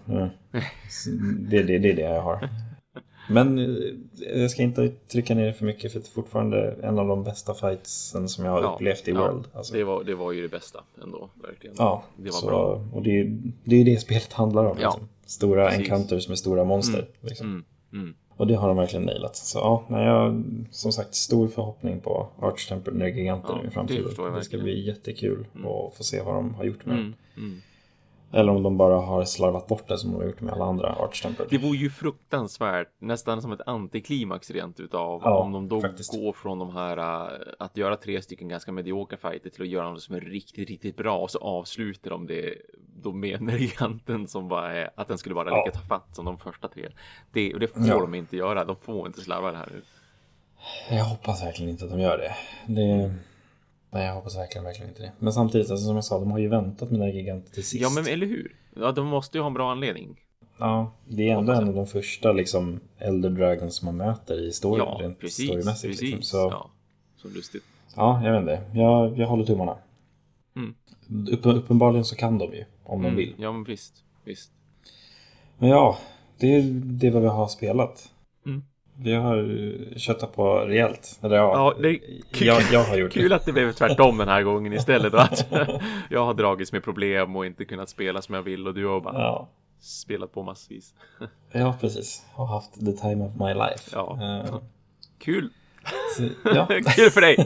Det är det jag har. Men jag ska inte trycka ner det för mycket, för det är fortfarande en av de bästa fightsen som jag har upplevt i World. Alltså. Det var ju det bästa ändå, verkligen. Ja, det var bra. Och det är ju det spelet handlar om. Liksom. Stora encounters med stora monster. Liksom. Och det har de verkligen nailat. Så ja, jag har som sagt stor förhoppning på Arch-Tempered Nergiganter nu i framtiden. Det ska bli jättekul att få se vad de har gjort med den. Eller om de bara har slarvat bort det som de har gjort med alla andra Arch-Tempered. Det vore ju fruktansvärt, nästan som ett antiklimax rent utav, om de då går från de här att göra 3 stycken ganska mediokra fighter till att göra något som är riktigt, riktigt bra, och så avslutar de det då med Nergiganten som bara är att den skulle vara lika tafatt som de första 3. Det får de inte göra, de får inte slarva det här nu. Jag hoppas verkligen inte att de gör det. Nej, jag hoppas verkligen inte det. Men samtidigt, alltså, som jag sa, de har ju väntat med den här giganten till sist. Ja, men eller hur? Ja, de måste ju ha en bra anledning. Ja, det är ändå en av de första liksom Elder Dragons som man möter i storyn. Ja, precis. Liksom. Så, ja, så lustigt. Ja, jag vet inte. Jag håller tummarna. Uppenbarligen så kan de ju, om de vill. Ja, men visst. Men ja, det är vad vi har spelat. Vi har köttat på rejält. Eller jag har gjort kul att det blev tvärtom den här gången istället. Att jag har dragits med problem och inte kunnat spela som jag vill, och du har bara spelat på massvis. Ja, precis. Har haft the time of my life. Ja. Kul. Så, ja. Kul för dig.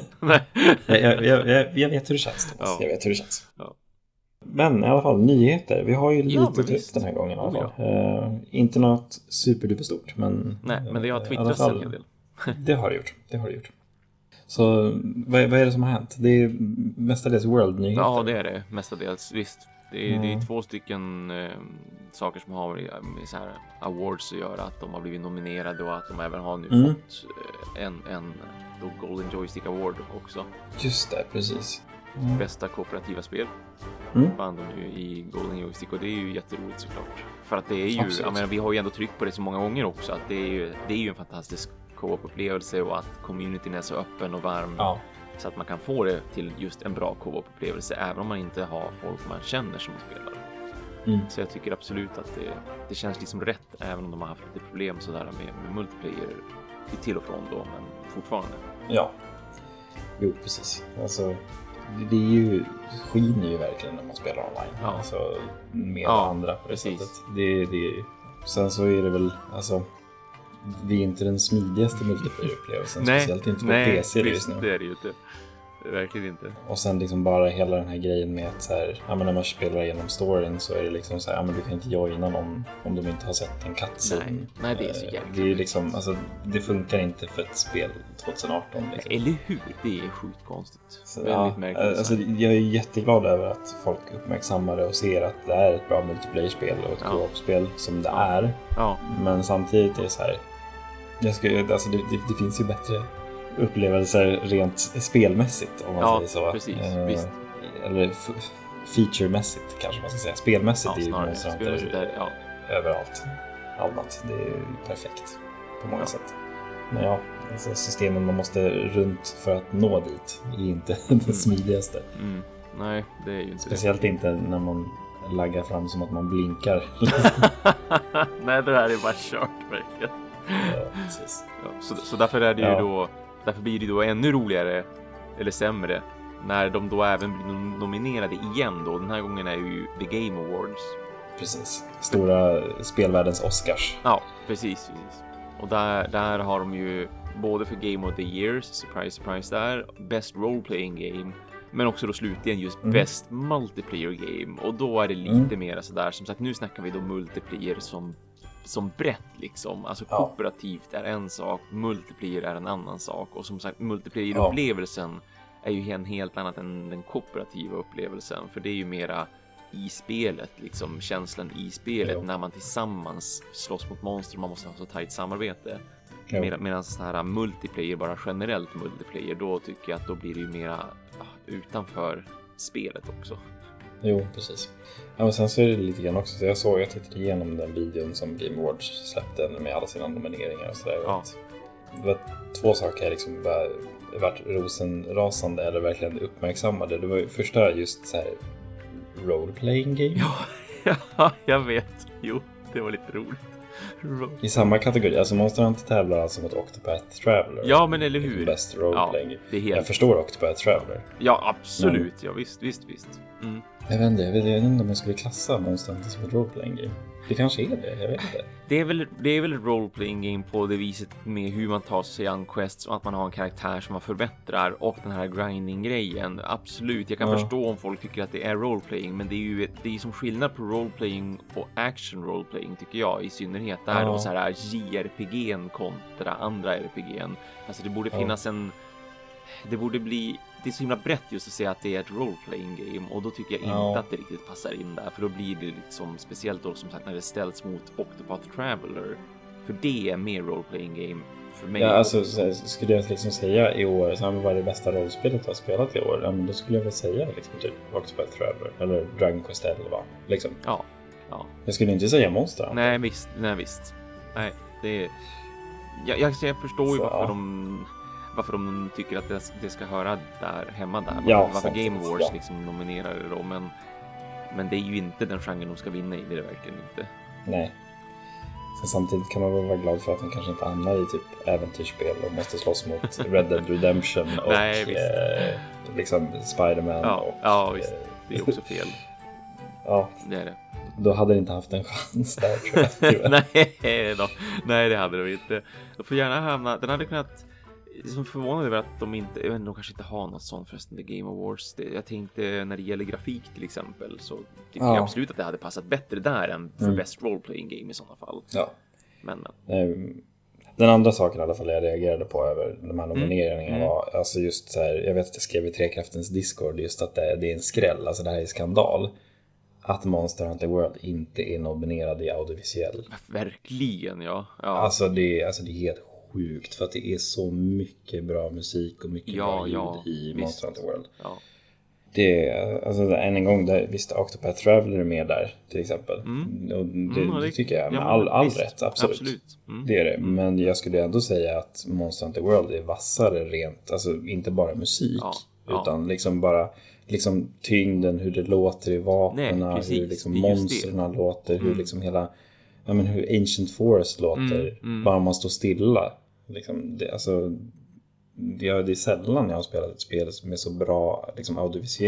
Jag vet hur det känns, Thomas. Ja. Jag vet hur det känns. Ja. Men i alla fall, nyheter. Vi har ju lite typ den här gången i alla fall. Inte något superduper stort, men... Nej, men det har twittrats en hel del. Det har det gjort. Så vad är det som har hänt? Det är mestadels World-nyheter. Ja, det är det. Mestadels, visst. Det är 2 stycken saker som har med så här awards att göra. Att de har blivit nominerade och att de även har nu fått en Golden Joystick Award också. Just det, precis. Bästa kooperativa spel vann de ju i Golden Joystick, och det är ju jätteroligt såklart. För att det är ju, jag menar, vi har ju ändå tryckt på det så många gånger också, att det är ju en fantastisk co-op-upplevelse, och att communityn är så öppen och varm så att man kan få det till just en bra co-op-upplevelse även om man inte har folk man känner som spelare. Så jag tycker absolut att det känns liksom rätt, även om de har haft lite problem sådär med multiplayer till och från då, men fortfarande. Ja, jo precis. Alltså det är ju, skiner ju verkligen när man spelar online. Alltså med andra på det sättet. Sen så är det väl, alltså det är inte den smidigaste multiplayer-upplevelsen. Speciellt inte på PC just nu. Det är det ju inte. Verkligen inte. Och sen liksom bara hela den här grejen med att så här, ja, men när man spelar igenom storyn så är det liksom så här, ja, men du kan inte joina någon om de inte har sett en cutscene. Nej, det är så jäkla. Det är liksom, alltså det funkar inte för ett spel 2018 liksom. Eller hur? Det är sjukt konstigt. Så, väldigt märkligt. Alltså, jag är jätteglad över att folk uppmärksammar det och ser att det är ett bra multiplayer-spel och ett co-op-spel som det är. Ja. Men samtidigt är det så här, alltså det finns ju bättre upplevelser rent spelmässigt, om man säger så. Precis, visst. Eller featuremässigt kanske man ska säga. Spelmässigt är ju Monster Hunter överallt. Annat, det är ju perfekt på många sätt. Men ja, alltså systemen man måste runt för att nå dit är inte det smidigaste. Nej, det är ju inte speciellt det. Inte när man laggar fram som att man blinkar. Nej, det här är bara kört verkligen. Ja, precis. Ja, så därför är det ju då, därför blir det då ännu roligare eller sämre när de då även blir nominerade igen då. Den här gången är ju The Game Awards. Precis. Stora spelvärldens Oscars. Ja, precis. Och där har de ju både för Game of the Year, surprise där, Best Role Playing Game, Men också då slutligen just best multiplayer game. Och då är det lite mer sådär, som sagt, nu snackar vi då multiplayer som brett liksom. Alltså kooperativt är en sak, multiplayer är en annan sak. Och som sagt, multiplayer-upplevelsen är ju en helt annat än den kooperativa upplevelsen. För det är ju mera i spelet, liksom känslan i spelet när man tillsammans slåss mot monster och man måste ha så tajt samarbete. Medan så här multiplayer, bara generellt multiplayer, då tycker jag att då blir det ju mera utanför spelet också. Jo, precis. Ja, men sen så är det lite grann också, så jag tittade igenom den videon som Game Awards släppte med alla sina nomineringar och sådär. Ja. Det var 2 saker liksom vart rosenrasande eller verkligen uppmärksammade. Det var ju första just så här role-playing game. Ja, jag vet. Jo, det var lite roligt. I samma kategori, alltså Monster Hunter tävlar alltså mot Octopath Traveler. Ja, men eller hur? Best role-playing game. Det är helt... Jag förstår Octopath Traveler. Ja, absolut. Ja, visst. Jag vet inte om jag skulle klassa Monster Hunter som ett role-playing game. Det kanske är det, jag vet inte. Det är väl ett role-playing game på det viset med hur man tar sig an quests och att man har en karaktär som man förbättrar och den här grinding-grejen. Absolut, jag kan förstå om folk tycker att det är role-playing, men det är ju som skillnad på role-playing och action role-playing tycker jag, i synnerhet där och så här JRPG:n kontra andra RPG:n. Alltså det borde finnas det är så himla brett just att säga att det är ett role-playing game, och då tycker jag inte att det riktigt passar in där, för då blir det liksom, speciellt då som sagt när det ställs mot Octopath Traveler, för det är mer role-playing game för mig. Ja, alltså skulle jag liksom säga i år, så vad är det bästa rollspelet jag har spelat i år? Då skulle jag väl säga liksom typ Octopath Traveler eller Dragon Quest 11 liksom. Ja. Jag skulle inte säga Monster. Nej, visst. Nej, det är... Jag förstår ju varför de tycker att det ska höra där hemma där. Varför Game Awards liksom nominerar det då. Men det är ju inte den genren de ska vinna i, det är det verkligen inte. Nej. Sen samtidigt kan man väl vara glad för att de kanske inte hamnar i typ äventyrsspel och måste slåss mot Red Dead Redemption och liksom Spider-Man. Ja, visst. Det är också fel. Ja, det är det. Då hade det inte haft en chans där, tror jag. Nej, det hade de inte. De får gärna hamna, den hade kunnat... Som förvånad över att de kanske inte har något sånt förresten, The Game Awards. Jag tänkte när det gäller grafik till exempel, så tycker jag absolut att det hade passat bättre där än för Best Role-Playing Game i sådana fall. Ja. Men. Den andra saken i alla fall jag reagerade på över de här nomineringarna var alltså just så här, jag vet att jag skrev i Trekraftens Discord just att det är en skräll, alltså det här är skandal. Att Monster Hunter World inte är nominerad i audiovisuell. Verkligen, ja. Alltså det är helt sjukt, för att det är så mycket bra musik och mycket bra ljud i Monster Hunter World. Ja. Det är, alltså än en gång, där, visst Octopath Traveler är med där till exempel. Och det tycker jag med all rätt, absolut. Det är det, men jag skulle ändå säga att Monster Hunter World är vassare rent, alltså inte bara musik, utan liksom bara liksom tyngden, hur det låter i vapnen, hur liksom monsterna låter, hur liksom hela, hur Ancient Forest låter, bara man står stilla. Liksom, det är sällan jag har spelat ett spel med så bra liksom,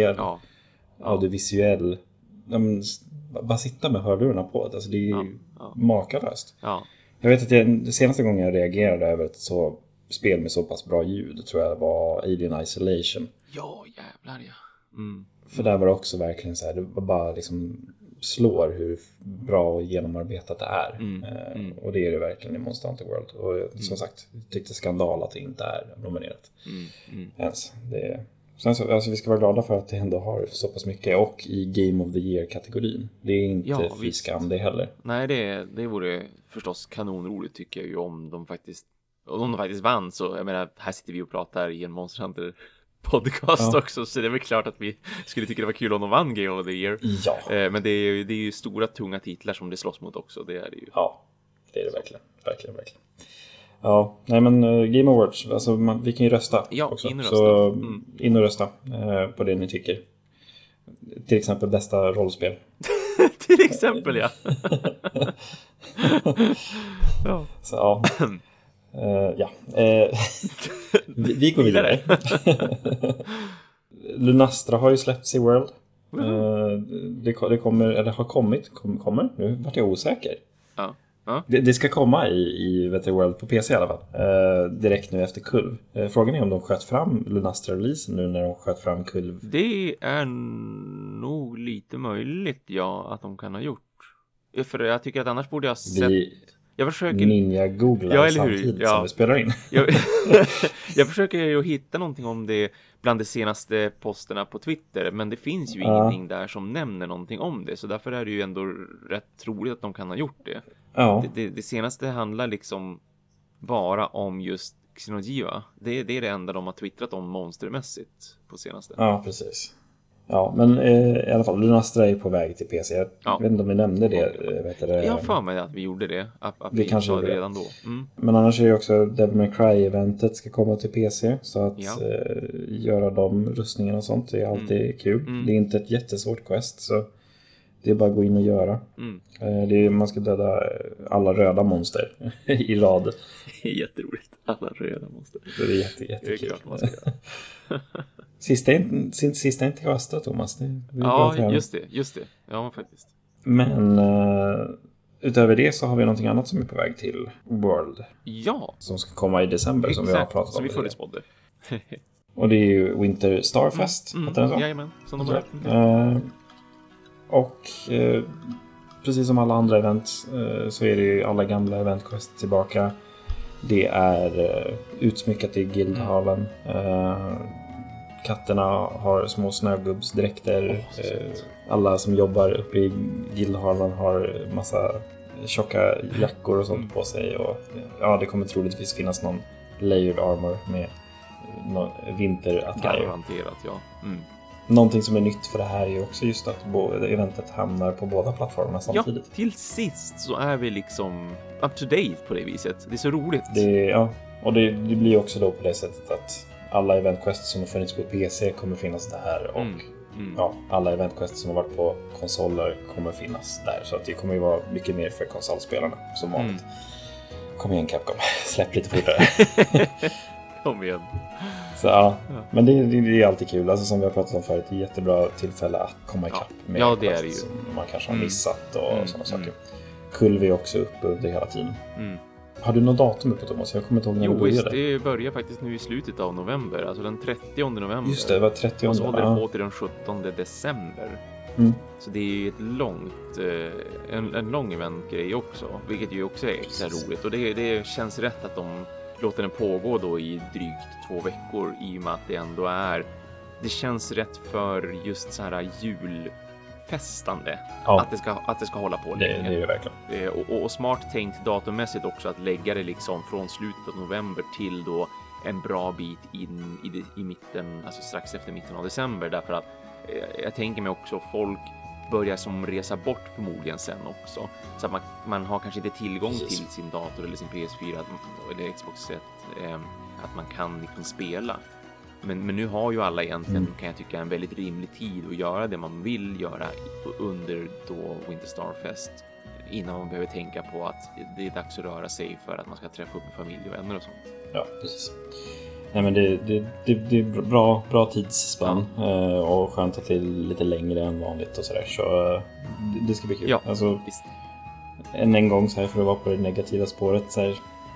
audiovisuell bara sitta med hörlurarna på det. Alltså, det är makalöst. Jag vet att det senaste gången jag reagerade över ett så spel med så pass bra ljud tror jag var Alien Isolation. Ja, jävlar ja. För där var det också verkligen så här, det var bara liksom slår hur bra och genomarbetat det är. Och det är det verkligen i Monster Hunter World. Och som sagt, jag tyckte skandal att det inte är nominerat. Ens. Sen så, alltså, vi ska vara glada för att det ändå har så pass mycket. Och i Game of the Year-kategorin. Det är inte fy skam det heller. Nej, det vore förstås kanonroligt tycker jag ju om de faktiskt vann. Så jag menar, här sitter vi och pratar i en Monster Hunter podcast också, så det är väl klart att vi skulle tycka det var kul om de vann Game of the Year. Men det är ju stora tunga titlar som det slåss mot också, det är det ju. Ja, det är det verkligen. Ja, nej men Game Awards, alltså vi kan ju rösta också. In och rösta på det ni tycker. Till exempel bästa rollspel. Till exempel, ja. Så vi går vidare. Lunastra har ju släppts i World. Det kommer, eller har kommit. Kommer? Nu vart jag osäker. Ja. Det ska komma i Vetter World på PC i alla fall. Direkt nu efter Kulv. Frågan är om de sköt fram Lunastra-releasen nu när de sköt fram Kulv. Det är nog lite möjligt, ja, att de kan ha gjort. För jag tycker att annars borde jag ha sett... Jag försöker... Ninja-googlar samtidigt som vi spelar in. Jag försöker ju hitta någonting om det bland de senaste posterna på Twitter. Men det finns ju ingenting där som nämner någonting om det. Så därför är det ju ändå rätt troligt att de kan ha gjort det. Ja. Det senaste handlar liksom bara om just Xenogeia. Det är det enda de har twittrat om monstermässigt på senaste. Ja, precis. Ja, men i alla fall, Lunastra är på väg till PC. Jag vet inte om vi nämnde det. Jag har för mig att vi gjorde det. Att vi kanske gjorde det redan då. Men annars är det också Devil May Cry-eventet ska komma till PC. Så att göra de rustningarna och sånt är alltid kul. Det är inte ett jättesvårt quest, så det är bara att gå in och göra. Man ska döda alla röda monster i rad. Jätteroligt. Alla röda monster. Det är jättekul. Det är klart man ska göra. Sista inte kasta, Thomas. Ja, just det. Ja, faktiskt. Men utöver det så har vi någonting annat som är på väg till World. Ja. Som ska komma i december. Exakt, som vi har pratat om. Så vi förutspådde. Och det är ju Winter Starfest. Heter den så? Jajamän, som de har. Och precis som alla andra event så är det ju alla gamla eventquest tillbaka. Det är utsmyckat i guildhallen. Katterna har små snögubbsdräkter. Alla som jobbar uppe i guildhallen har massa tjocka jackor och sånt på sig. Och det kommer troligtvis finnas någon layered armor med vinterattire. Garanterat, ja. Någonting som är nytt för det här är ju också just att eventet hamnar på båda plattformarna samtidigt. Ja, till sist så är vi liksom up to date på det viset. Det är så roligt. Och det blir också då på det sättet att alla eventquests som har funnits på PC kommer finnas där och alla eventquests som har varit på konsoler kommer finnas där. Så att det kommer ju vara mycket mer för konsolspelarna som vanligt. Kom igen Capcom, släpp lite fortare. Kom igen. Så men det är alltid kul. Alltså som vi har pratat om förut, det är jättebra tillfälle att komma ikapp med det är det ju. som man kanske har missat och sådana saker. Kulv är också uppe under hela tiden. Har du något datum uppe, Thomas? Jag kommer inte ihåg när det började. Det börjar faktiskt nu i slutet av november. Alltså den 30 november. Just det var 30. Och så håller det på till den 17 december. Så det är ju ett långt en lång eventgrej också. Vilket ju också är extra roligt. Och det känns rätt att de låter den pågå då i drygt 2 veckor. I och med att det ändå är... Det känns rätt för just så här julfestande. Att det ska hålla på länge. Det är det verkligen. Och smart tänkt datummässigt också att lägga det liksom från slutet av november till då en bra bit in i mitten, alltså strax efter mitten av december. Därför att jag tänker mig också folk börjar som resa bort förmodligen sen också. Så att man har kanske inte tillgång till sin dator eller sin PS4 eller Xbox 1 att man kan liksom spela. Men nu har ju alla egentligen, kan jag tycka, en väldigt rimlig tid att göra det man vill göra under då Winter Starfest. Innan man behöver tänka på att det är dags att röra sig för att man ska träffa upp med familj och vänner och sånt. Ja, precis. Nej, men det är bra tidsspann och skönt att det är lite längre än vanligt och sådär. Så det ska bli kul. Ja, alltså, visst. En gång så här, för att vara på det negativa spåret så här,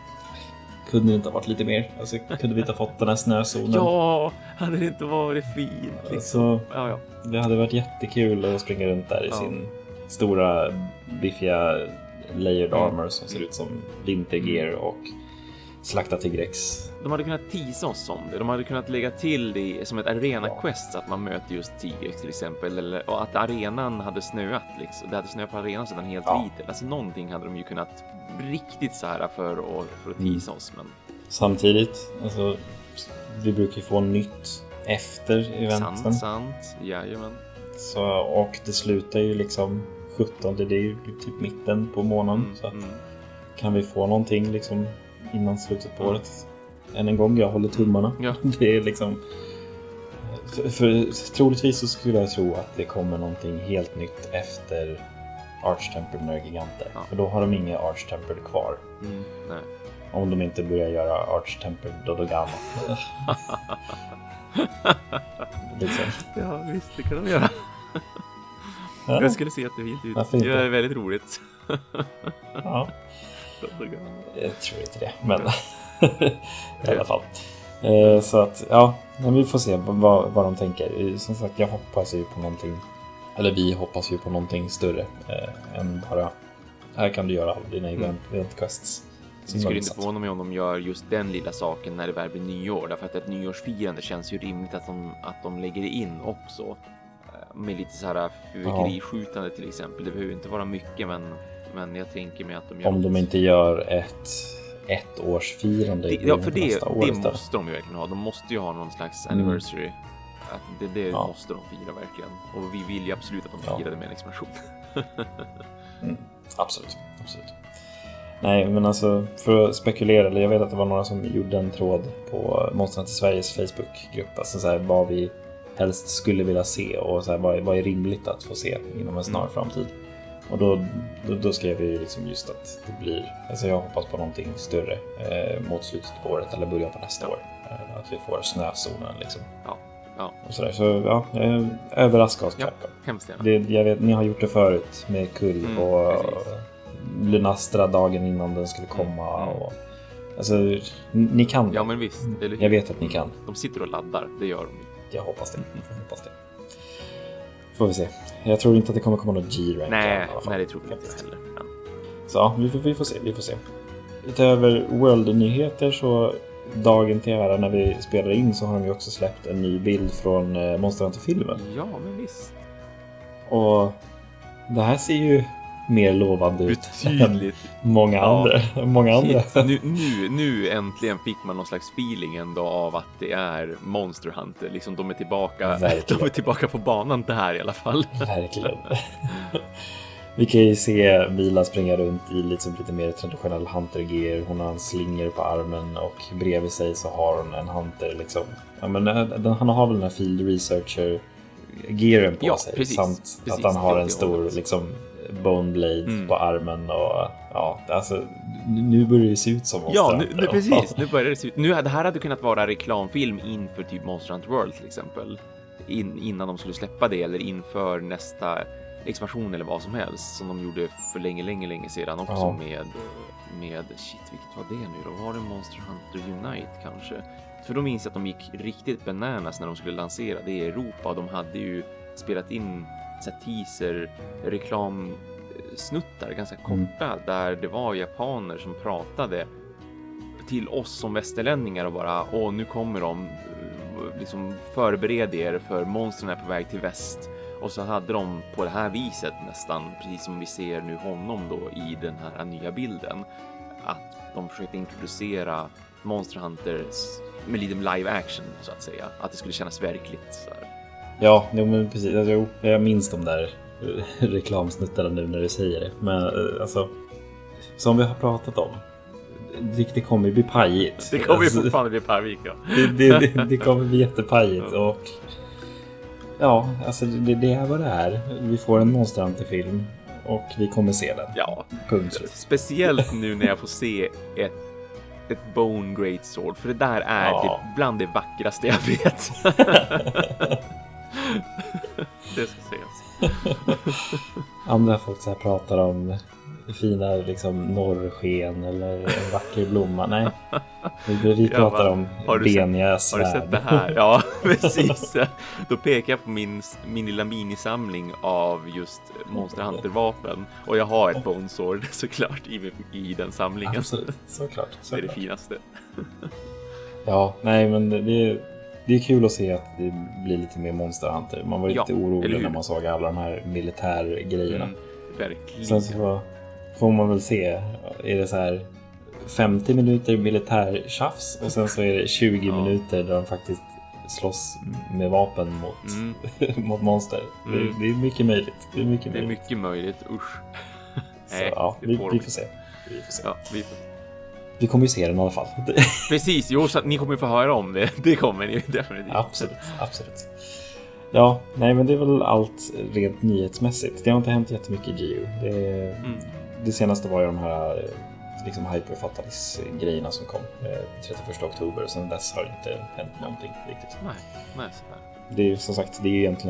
kunde det inte ha varit lite mer? Alltså, kunde vi inte ha fått den här snözonen? Ja, hade det inte varit fint liksom. Alltså, det hade varit jättekul att springa runt där i sin stora biffiga layered armor som ser ut som vintergear och slakta Tigrex. De hade kunnat teasa oss om det. De hade kunnat lägga till det som ett arena-quest så att man möter just Tigrex till exempel. Och att arenan hade snöat liksom. Det hade snöat på arenan så den helt vit. Alltså någonting hade de ju kunnat riktigt så här för att teasa oss. Men... Samtidigt, alltså, vi brukar ju få nytt efter eventen. Sant. Jajamän. Så, och det slutar ju liksom 17, det är ju typ mitten på månaden. Så att, kan vi få någonting liksom innan slutet på året? Än en gång, jag håller tummarna. Ja. Det är liksom... För troligtvis så skulle jag tro att det kommer någonting helt nytt efter Arch-Tempered Nergiganter. Ja. För då har de inga Arch-Tempered kvar. Nej. Om de inte börjar göra Arch-Tempered Dodogama. liksom. Ja, visst, det kan de göra. Ja. Jag skulle se att det fint ut. Varför inte? Det är väldigt roligt. Ja. Jag tror inte det, men i alla fall. Så att, ja, men vi får se vad de tänker. Som sagt, jag hoppas ju på någonting, eller vi hoppas ju på någonting större än bara, här kan du göra alla dina event quests. Det skulle inte förvåna mig om de gör just den lilla saken när det väl blir nyår. Därför att ett nyårsfirande känns ju rimligt att de lägger in också. Med lite så här fyrverkeriskjutande till exempel. Det behöver inte vara mycket, men jag tänker mig att de gör... Om de inte gör ett årsfirande för det måste de ju verkligen ha. De måste ju ha någon slags anniversary. Att det måste de fira verkligen. Och vi vill ju absolut att de firar det med en expansion. Absolut. Nej, men alltså för att spekulera, eller jag vet att det var några som gjorde en tråd på Monster Hunter Sveriges Facebookgrupp, alltså så här, vad vi helst skulle vilja se och så här, vad är rimligt att få se inom en snar framtid. Och då skrev vi liksom just att det blir, alltså jag hoppas på någonting större mot slutet på året eller början på nästa år. Att vi får snözonen liksom. Ja. Och så där. Så ja, överraska oss. Ja, hemskt gärna. Jag vet, ni har gjort det förut med Kull och Lunastra dagen innan den skulle komma. Och, alltså, ni kan. Ja, men visst. Jag vet att ni kan. De sitter och laddar, det gör de. Jag hoppas det. Får vi se. Jag tror inte att det kommer komma något G-rank. Nej, det tror jag inte heller. Ja. Så vi får se. Utöver World-nyheter så dagen till ära när vi spelar in så har de ju också släppt en ny bild från Monster Hunter-filmen. Ja, men visst. Och det här ser ju mer lovande ut än många andra. Nu äntligen fick man någon slags feeling ändå av att det är Monster Hunter. Liksom de är tillbaka på banan där i alla fall. Verkligen. Vi kan ju se Mila springa runt i lite mer traditionell hunter-gear. Hon har en slinger på armen och bredvid sig så har hon en hunter liksom. Ja, men han har väl den här field researcher-gearen på sig. Precis, samt att han har en stor liksom bone blade på armen och ja, alltså nu börjar det se ut som Monster Hunter. Precis, nu börjar det se ut. Det här hade kunnat vara reklamfilm inför typ Monster Hunter World till exempel. Innan de skulle släppa det eller inför nästa expansion eller vad som helst som de gjorde för länge sedan också med shit, vilket var det nu då? Var det Monster Hunter Unite kanske? För de minns att de gick riktigt bananas när de skulle lansera det i Europa. De hade ju spelat in så teaser reklamsnuttar ganska korta där det var japaner som pratade till oss som västerlänningar och bara nu kommer de, liksom förbered er för monstren är på väg till väst. Och så hade de på det här viset nästan, precis som vi ser nu honom då i den här nya bilden, att de försökte introducera Monster Hunter med lite live action så att säga. Att det skulle kännas verkligt så här. Ja, men precis. Alltså, jag minns de där reklamsnuttarna nu när du säger det. Men alltså, som vi har pratat om, det kommer ju bli pajigt. Det kommer ju fortfarande bli pajigt, ja. Det kommer bli jättepajigt och ja, alltså det är vad det är. Vi får en Monster Hunter-film och vi kommer se den. Ja, punkt. Speciellt nu när jag får se ett Bone Great Sword. För det där är bland det vackraste jag vet. Det ska ses. Andra folk så här pratar om fina liksom norrsken eller en vacker blomma. Nej, vi pratar om beniga svärd. Har du sett det här? Ja, precis. Då pekar jag på min lilla minisamling av just Monster Hunter-vapen. Och jag har ett Bone Sword såklart i den samlingen. Absolut, såklart. Det är det finaste. Ja, nej men det är kul att se att det blir lite mer Monster Hunter. Man var lite orolig när man såg alla de här militärgrejerna. Verkligen. Sen så får man väl se, är det så här 50 minuter militärtjafs och sen så är det 20 minuter där de faktiskt slåss med vapen mot monster. Det är mycket möjligt. Det är mycket möjligt, usch. Så, ja, vi får se. Ja, vi kommer ju se den i alla fall. Precis, så ni kommer ju få höra om det. Det kommer ni definitivt. Absolut. Ja, nej men det är väl allt rent nyhetsmässigt. Det har inte hänt jättemycket i Geo. Det senaste var ju de här liksom Hyperfatalis-grejerna som kom 31 oktober. Sen dess har det inte hänt någonting riktigt. Nej, sådär. Det är som sagt, det är egentligen ett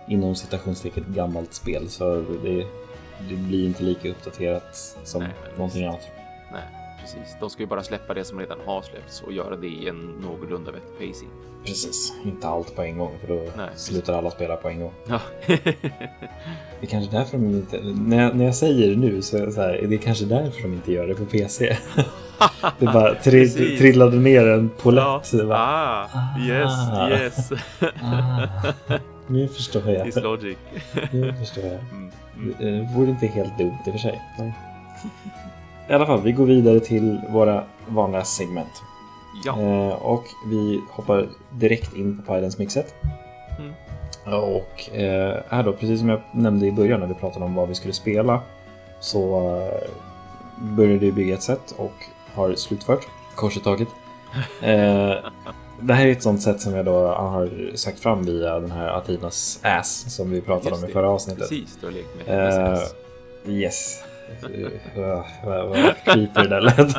inom citationstecken gammalt spel, så det blir inte lika uppdaterat som någonting annat. Nej, precis. De ska ju bara släppa det som redan har släppts och göra det i en någorlunda vettig pacing. Precis, inte allt på en gång, för då slutar alla spela på en gång. Ja. Det är kanske därför de inte... När jag säger det nu så är det så här, det är kanske därför de inte gör det på PC. Det bara trillade ner en polett. Ja. Yes. Nu förstår jag. It's logic. Nu förstår jag. Det vore inte helt dumt i och för sig. Nej. I alla fall, vi går vidare till våra vanliga segment. Ja. Och vi hoppar direkt in på Pylons-mixet. Och här då, precis som jag nämnde i början när vi pratade om vad vi skulle spela, så började vi bygga ett set och har slutfört kors i taket. Det här är ett sånt sätt som jag då har sagt fram via den här Athinas ass som vi pratade om i förra avsnittet. Precis, du har lekt med ass. Yes. Vad creepy det lät.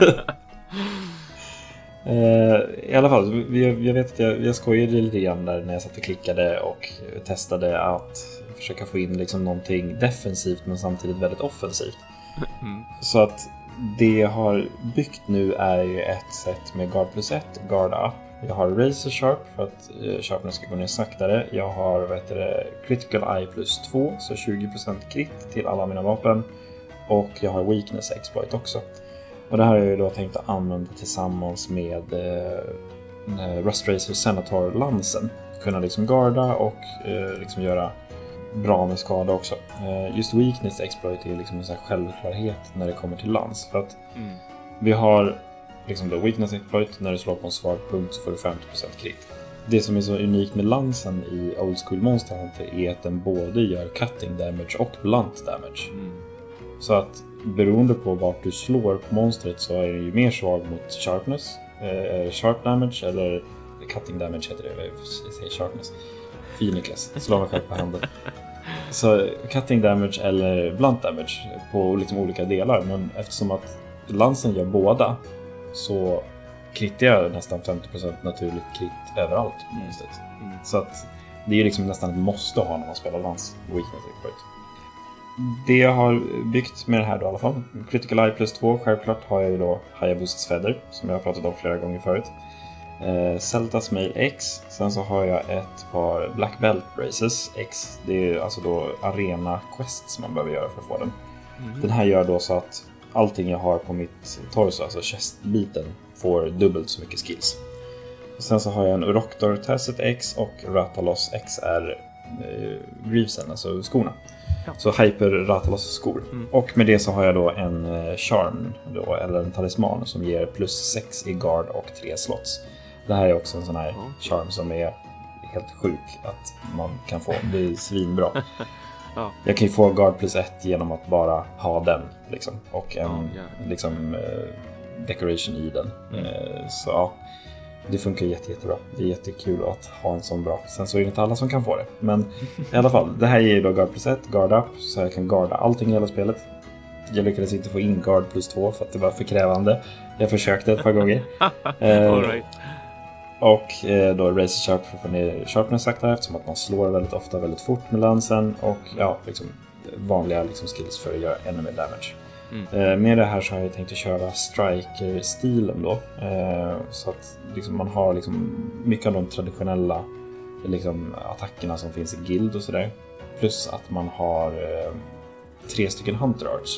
I alla fall, jag vet att jag skojade lite grann där när jag satt och klickade och testade att försöka få in liksom någonting defensivt men samtidigt väldigt offensivt. Så att det jag har byggt nu är ju ett set med guard plus 1, guard up. Jag har razor sharp för att sharpness ska gå ner saktare. Jag har critical eye plus 2, så 20% crit till alla mina vapen. Och jag har weakness exploit också. Och det här är ju då tänkt att använda tillsammans med Rust Racer Senator-lansen. Kunna liksom garda och liksom göra bra med skada också. Just weakness exploit är liksom en sån här självklarhet när det kommer till lans. För att vi har liksom då weakness exploit, när du slår på en svag punkt så får du 50% crit. Det som är så unikt med lansen i Old School Monster Hunter är att den både gör cutting damage och blunt damage. Så att beroende på vart du slår på monstret så är det ju mer svag mot sharpness, sharp damage eller cutting damage heter det, jag säger sharpness. Finikles, slår mig själv på handen. Så cutting damage eller blunt damage på liksom olika delar, men eftersom att lansen gör båda så kritar jag nästan 50% naturligt krit överallt på monstret. Så att det är liksom nästan ett måste ha när man spelar lans weakness exploit. Det jag har byggt med det här då i alla fall, critical eye plus 2, självklart har jag ju då Hayabusas feather som jag har pratat om flera gånger förut. Celtas Mail X, sen så har jag ett par Black Belt Braces X, det är alltså då arena quests man behöver göra för att få den. Den här gör då så att allting jag har på mitt torso, alltså chestbiten, får dubbelt så mycket skills. Och sen så har jag en Uroktor Tasset X och Rathalos XR Greavesen, alltså skorna. Ja. Så Hyper Rathalos skor. Och med det så har jag då en charm då, eller en talisman som ger plus 6 i guard och 3 slots. Det här är också en sån här charm som är helt sjuk att man kan få. Det är svinbra. Jag kan ju få guard plus 1 genom att bara ha den liksom. Och en liksom decoration i den. Så ja, det funkar jättebra. Det är jättekul att ha en sån bra. Sen så är det inte alla som kan få det. Men i alla fall, det här ger ju då guard plus 1, guard up. Så jag kan garda allting i hela spelet. Jag lyckades inte få in guard plus 2 för att det var för krävande. Jag försökte ett par gånger. All right. Och då razor sharp för att få ner sharpness saktare, eftersom att man slår väldigt ofta väldigt fort med lansen. Och ja, liksom vanliga liksom skills för att göra ännu mer damage. Med det här så har jag tänkt att köra striker-stilen då. Så att liksom man har liksom mycket av de traditionella liksom attackerna som finns i guild och sådär. Plus att man har 3 stycken hunter arts.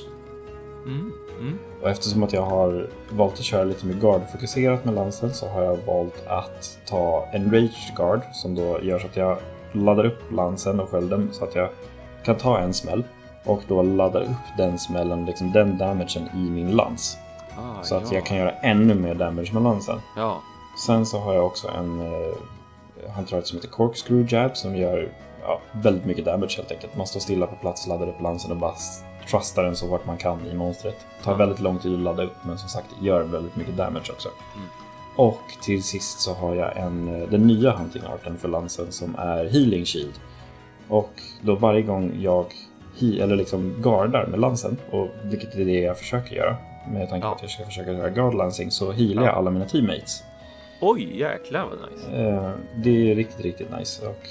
Och eftersom att jag har valt att köra lite mer guard-fokuserat med lansen så har jag valt att ta enraged guard som då gör så att jag laddar upp lansen och skölden så att jag kan ta en smäll och då laddar upp den smällen, liksom den damagen i min lans. Så att jag kan göra ännu mer damage med lansen. Sen så har jag också en hunter art som heter corkscrew jab som gör väldigt mycket damage helt enkelt. Man står stilla på plats, laddar upp lansen och bara trustar den så vart man kan i monstret. Tar väldigt lång tid att ladda upp, men som sagt gör väldigt mycket damage också. Och till sist så har jag den nya hunting arten för lansen som är healing shield. Och då varje gång jag eller liksom guardar med lansen, och vilket är det jag försöker göra med tanke på att jag ska försöka göra guard lansing, så healar jag alla mina teammates. Oj, jäklar vad nice. Det är riktigt, riktigt nice. Och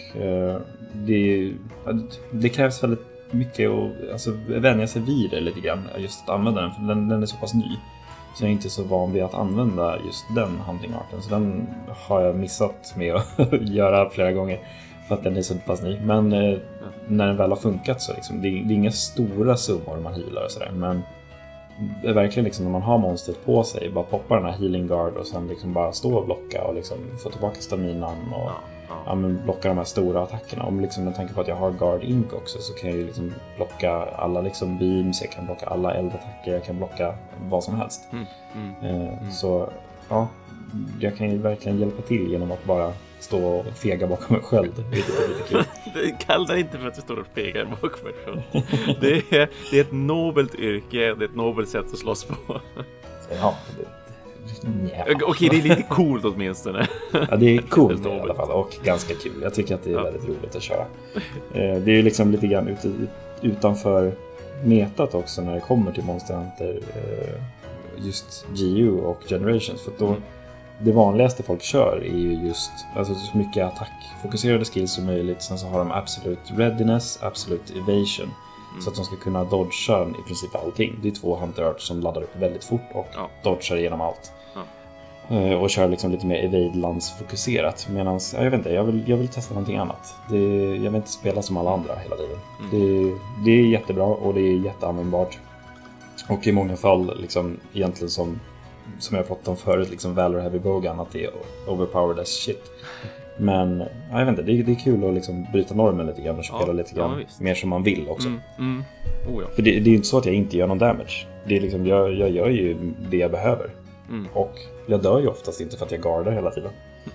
det krävs väldigt mycket att vänja sig vid det lite grann. Just att använda den, för den är så pass ny. Så jag är inte så van vid att använda just den hunting-arten. Så den har jag missat med att göra flera gånger. För att den är så pass ny. Men när den väl har funkat så liksom, det är inga stora summor man healar och sådär. Men det är verkligen liksom när man har monstret på sig, bara poppa den här healing guard och sen liksom bara stå och blocka och liksom få tillbaka staminan och men blocka de här stora attackerna. Om liksom med tanke på att jag har guard ink också så kan jag ju liksom blocka alla liksom beams, jag kan blocka alla eldattacker, jag kan blocka vad som helst. Så ja, jag kan ju verkligen hjälpa till genom att bara stå och fega bakom mig själv. Det är lite kul. Det kallar inte för att du står och fegar bakom mig själv. Det är ett nobelt yrke, det är ett nobelt sätt att slåss på. Ja, Okej, det är lite coolt åtminstone. Ja, det är coolt i alla fall och ganska kul. Jag tycker att det är väldigt roligt att köra. Det är ju liksom lite grann utanför metat också när det kommer till Monster Hunter, just GU och Generations. För då det vanligaste folk kör är ju just så mycket attackfokuserade skills som möjligt. Sen så har de Absolute Readiness, Absolute Evasion. Så att de ska kunna dodga i princip allting. Det är 2 Hunter Arts som laddar upp väldigt fort och dodgar igenom allt. Och kör liksom lite mer evade-landsfokuserat. Medan, jag vet inte, jag vill testa någonting annat. Jag vill inte spela som alla andra hela tiden. Det är jättebra och det är jätteanvändbart. Och i många fall liksom egentligen som jag pratade om förut, liksom Valor Heavy Bowgun, att det är overpowered as shit. Men jag vet inte, det är kul att liksom bryta normen lite grann och spela lite grann mer som man vill också. För det är ju inte så att jag inte gör någon damage. Det är liksom, jag gör ju det jag behöver. Och jag dör ju oftast inte för att jag guardar hela tiden.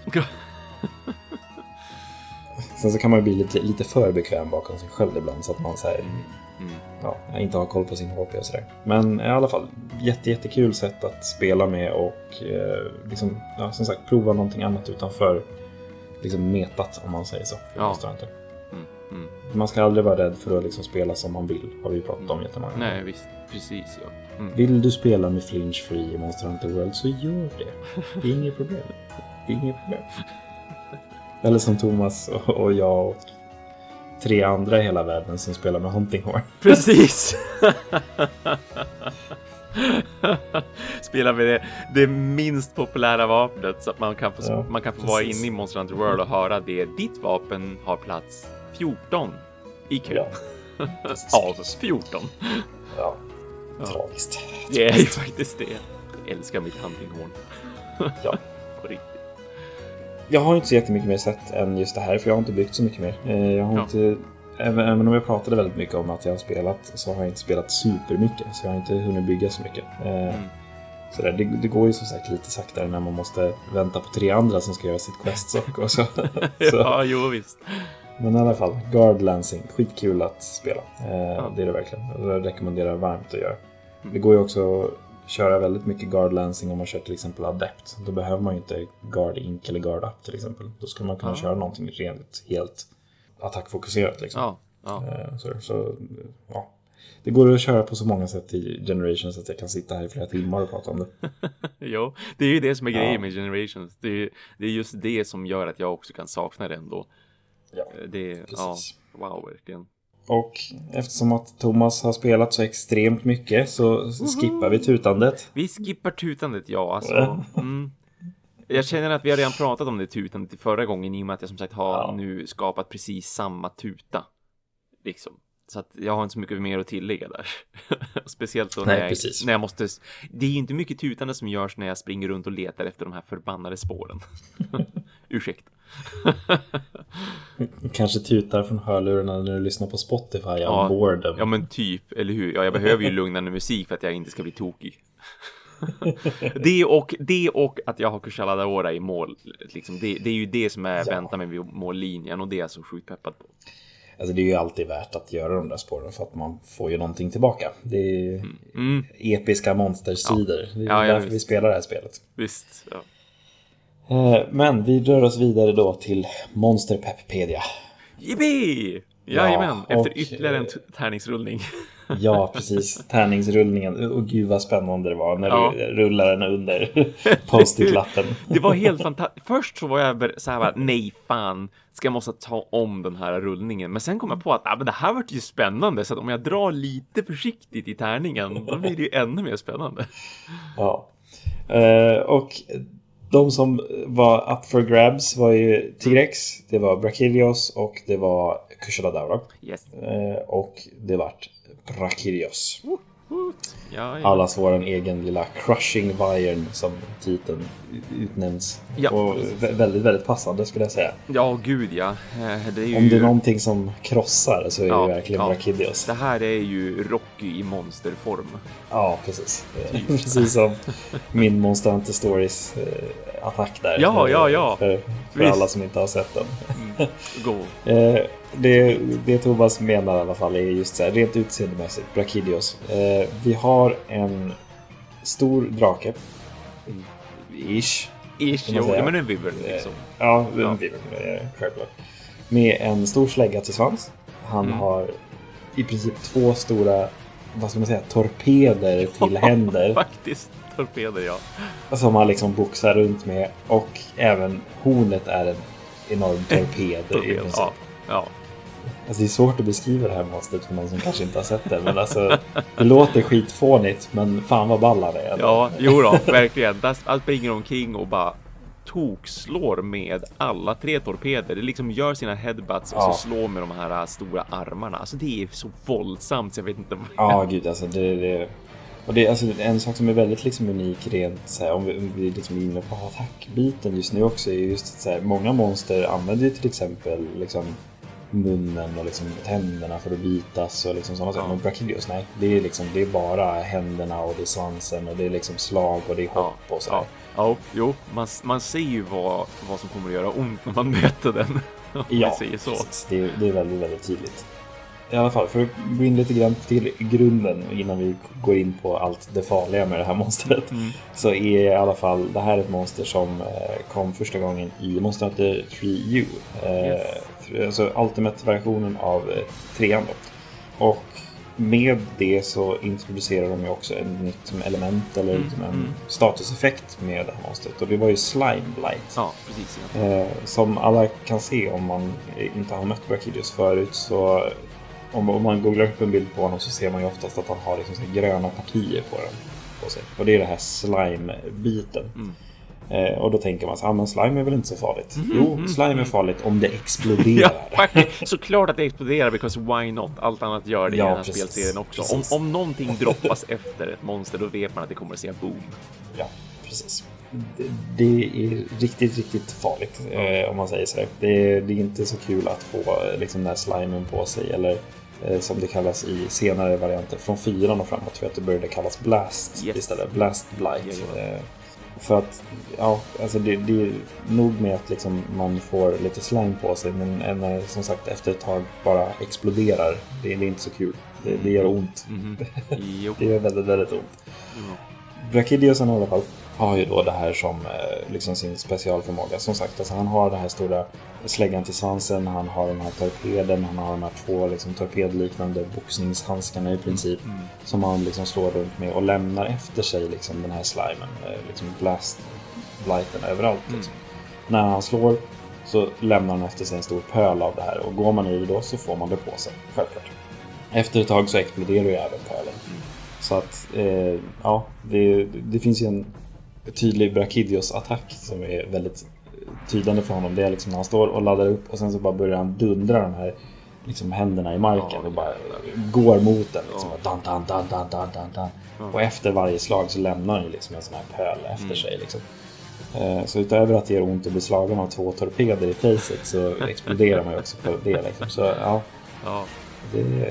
Sen så kan man ju bli lite för bekväm bakom sig själv ibland, så att man säger inte har koll på sin HP och sådär. Men i alla fall, jättekul sätt att spela med och liksom, som sagt, prova någonting annat utanför liksom metat, om man säger så. Man ska aldrig vara rädd för att liksom spela som man vill, har vi pratat om jättemånga. Nej, visst, precis, ja. Vill du spela med flinch free i Monster Hunter World, så gör det. Det är inget problem. Eller som Thomas och jag och 3 andra i hela världen som spelar med Hunting Horn. Precis. Spela med det minst populära vapnet, så att man kan få vara inne i Monster Hunter World och höra det. Ditt vapen har plats 14 i kö. Ja, 14. Ja, tragiskt. Det är ju faktiskt det. Jag älskar mitt Hunting Horn. Ja, på riktigt. Jag har inte så jättemycket mer sett än just det här, för jag har inte byggt så mycket mer. Jag har inte, även om jag pratade väldigt mycket om att jag har spelat, så har jag inte spelat supermycket. Så jag har inte hunnit bygga så mycket. Så det går ju som sagt lite saktare när man måste vänta på 3 andra som ska göra sitt quest och så. Ja, jo visst. Men i alla fall, Guard Lancing, skitkul att spela. Det är det verkligen. Jag rekommenderar varmt att göra. Det går ju också att köra väldigt mycket Guard Lancing om man kör till exempel Adept. Då behöver man ju inte Guard Ink eller Guard Up till exempel. Då skulle man kunna köra någonting helt attackfokuserat liksom. Så det går att köra på så många sätt i Generations att jag kan sitta här i flera timmar och prata om det. Jo, det är ju det som är grejen med Generations. Det är just det som gör att jag också kan sakna det ändå. Wow, verkligen. Och eftersom att Thomas har spelat så extremt mycket så skippar vi tutandet. Vi skippar tutandet, ja. Alltså, Jag känner att vi har redan pratat om det tutandet i förra gången, i och med att jag som sagt har nu skapat precis samma tuta. Liksom. Så att jag har inte så mycket mer att tillägga där. Speciellt så när jag måste... Det är ju inte mycket tutande som görs när jag springer runt och letar efter de här förbannade spåren. Ursäkta. Kanske tutar från hörlurarna när du lyssnar på Spotify on boredom. Ja, men typ, eller hur? Ja, jag behöver ju lugnande musik för att jag inte ska bli tokig. det och att jag har Kushala Daora i mål liksom, det är ju det som är väntar mig vid mållinjen, och det är jag så sjukt peppad på. Alltså det är ju alltid värt att göra de där spåren, för att man får ju någonting tillbaka. Det är ju episka monstersidor. Det är därför vi spelar det här spelet. Visst, ja. Men vi rör oss vidare då till Monster Peppedia. Yippee! Jajamän, efter ytterligare en tärningsrullning. Ja, precis. Tärningsrullningen. Och gud vad spännande det var när du rullade den under post-it-lappen. Det var helt fantastiskt. Först så var jag så här, nej fan, ska jag måste ta om den här rullningen. Men sen kom jag på att men det här var ju spännande. Så att om jag drar lite försiktigt i tärningen, då blir det ju ännu mer spännande. Ja. Och de som var up for grabs var ju Tigrex, det var Brachydios och det var Cushionadaura. Yes. Och det vart Brachydios. Ja. Allas vår egen lilla Crushing Vyern som titeln utnämns. Ja, och väldigt, väldigt passande skulle jag säga. Ja, gud ja. Det är ju... Om det är någonting som krossar så är det verkligen Brachydios. Det här är ju Rocky i monsterform. Ja, precis. Precis som min Monster Hunter Stories attack där. Ja. För alla som inte har sett den. Go. Det Thomas menar i alla fall är just så här, rent utseendemässigt, Brachydios. Vi har en stor drake. Ish, jo, men en Wyvern liksom. Ja, en Wyvern, självklart. Med en stor slägga till svans. Han har i princip 2 stora, vad ska man säga, torpeder till händer. Faktiskt, torpeder, ja. Som han liksom boxar runt med. Och även hornet är en enorm torped. Ja. Alltså det är svårt att beskriva det här monstret för någon som kanske inte har sett det. Men alltså, det låter skitfånigt, men fan vad ballar det är. Ja, jo då, verkligen. Allt springer omkring och bara tokslår med alla 3 torpeder. Det liksom gör sina headbutts och så slår med de här stora armarna. Alltså det är så våldsamt så jag vet inte vad. Ja, gud alltså och det är alltså en sak som är väldigt liksom unik rent så här, om vi liksom är inne på attackbiten just nu också, är just så här, många monster använder ju till exempel liksom munnen och liksom tänderna för att bitas och liksom sådana saker. Men Brachydios, nej, det är bara händerna och det är svansen och det är liksom slag och det är hopp och så. Ja, jo, man ser ju vad som kommer att göra ont när man möter den. Ja, säger så. Precis. Det är väldigt, väldigt tydligt. I alla fall, för att gå in lite grann till grunden innan vi går in på allt det farliga med det här monstret, så är i alla fall det här ett monster som kom första gången i Monster Hunter 3U. Alltså Ultimate-versionen av 3an då. Och med det så introducerar de ju också en nytt element eller en statuseffekt med det här monstret. Och det var ju Slime Blight. Ja, precis. Som alla kan se om man inte har mött Brachydios förut, så om man googlar upp en bild på honom så ser man ju oftast att han har liksom så gröna partier på sig. Och det är det här slime-biten. Och då tänker man så här, men slime är väl inte så farligt? Jo, slime är farligt om det exploderar. Ja, faktiskt. Såklart att det exploderar, because why not? Allt annat gör det i den här spelserien också. Om någonting droppas efter ett monster, då vet man att det kommer att säga boom. Ja, precis. Det är riktigt, riktigt farligt om man säger så. Det är inte så kul att få liksom den här slimen på sig, eller som det kallas i senare varianter från 4 och framåt, för att det började kallas Blast istället. Blast Blight. För att, alltså det är nog med att liksom man får lite slime på sig, men när som sagt efter ett tag bara exploderar, det är inte så kul. Det gör ont. Det gör väldigt, väldigt ont. Brachydios i alla fall har ju då det här som liksom sin specialförmåga. Som sagt, alltså han har den här stora släggan till svansen, han har den här torpeden, han har de här 2 liksom torpedliknande boxningshandskarna i princip, som han liksom slår runt med och lämnar efter sig liksom den här slimen, liksom blast blighten överallt liksom. När han slår så lämnar han efter sig en stor pöl av det här, och går man i det då så får man det på sig, självklart. Efter ett tag så exploderar ju även pölen. Så att, det finns ju en tydlig Brachydios-attack som är väldigt tydande för honom. Det är liksom när han står och laddar upp och sen så bara börjar han dundra de här liksom händerna i marken och bara går mot den liksom, dan. Och efter varje slag så lämnar han liksom en sån här pöl efter sig liksom. Så utöver att det gör ont att bli slagen av 2 torpeder i facet, så exploderar man ju också på det liksom. Så det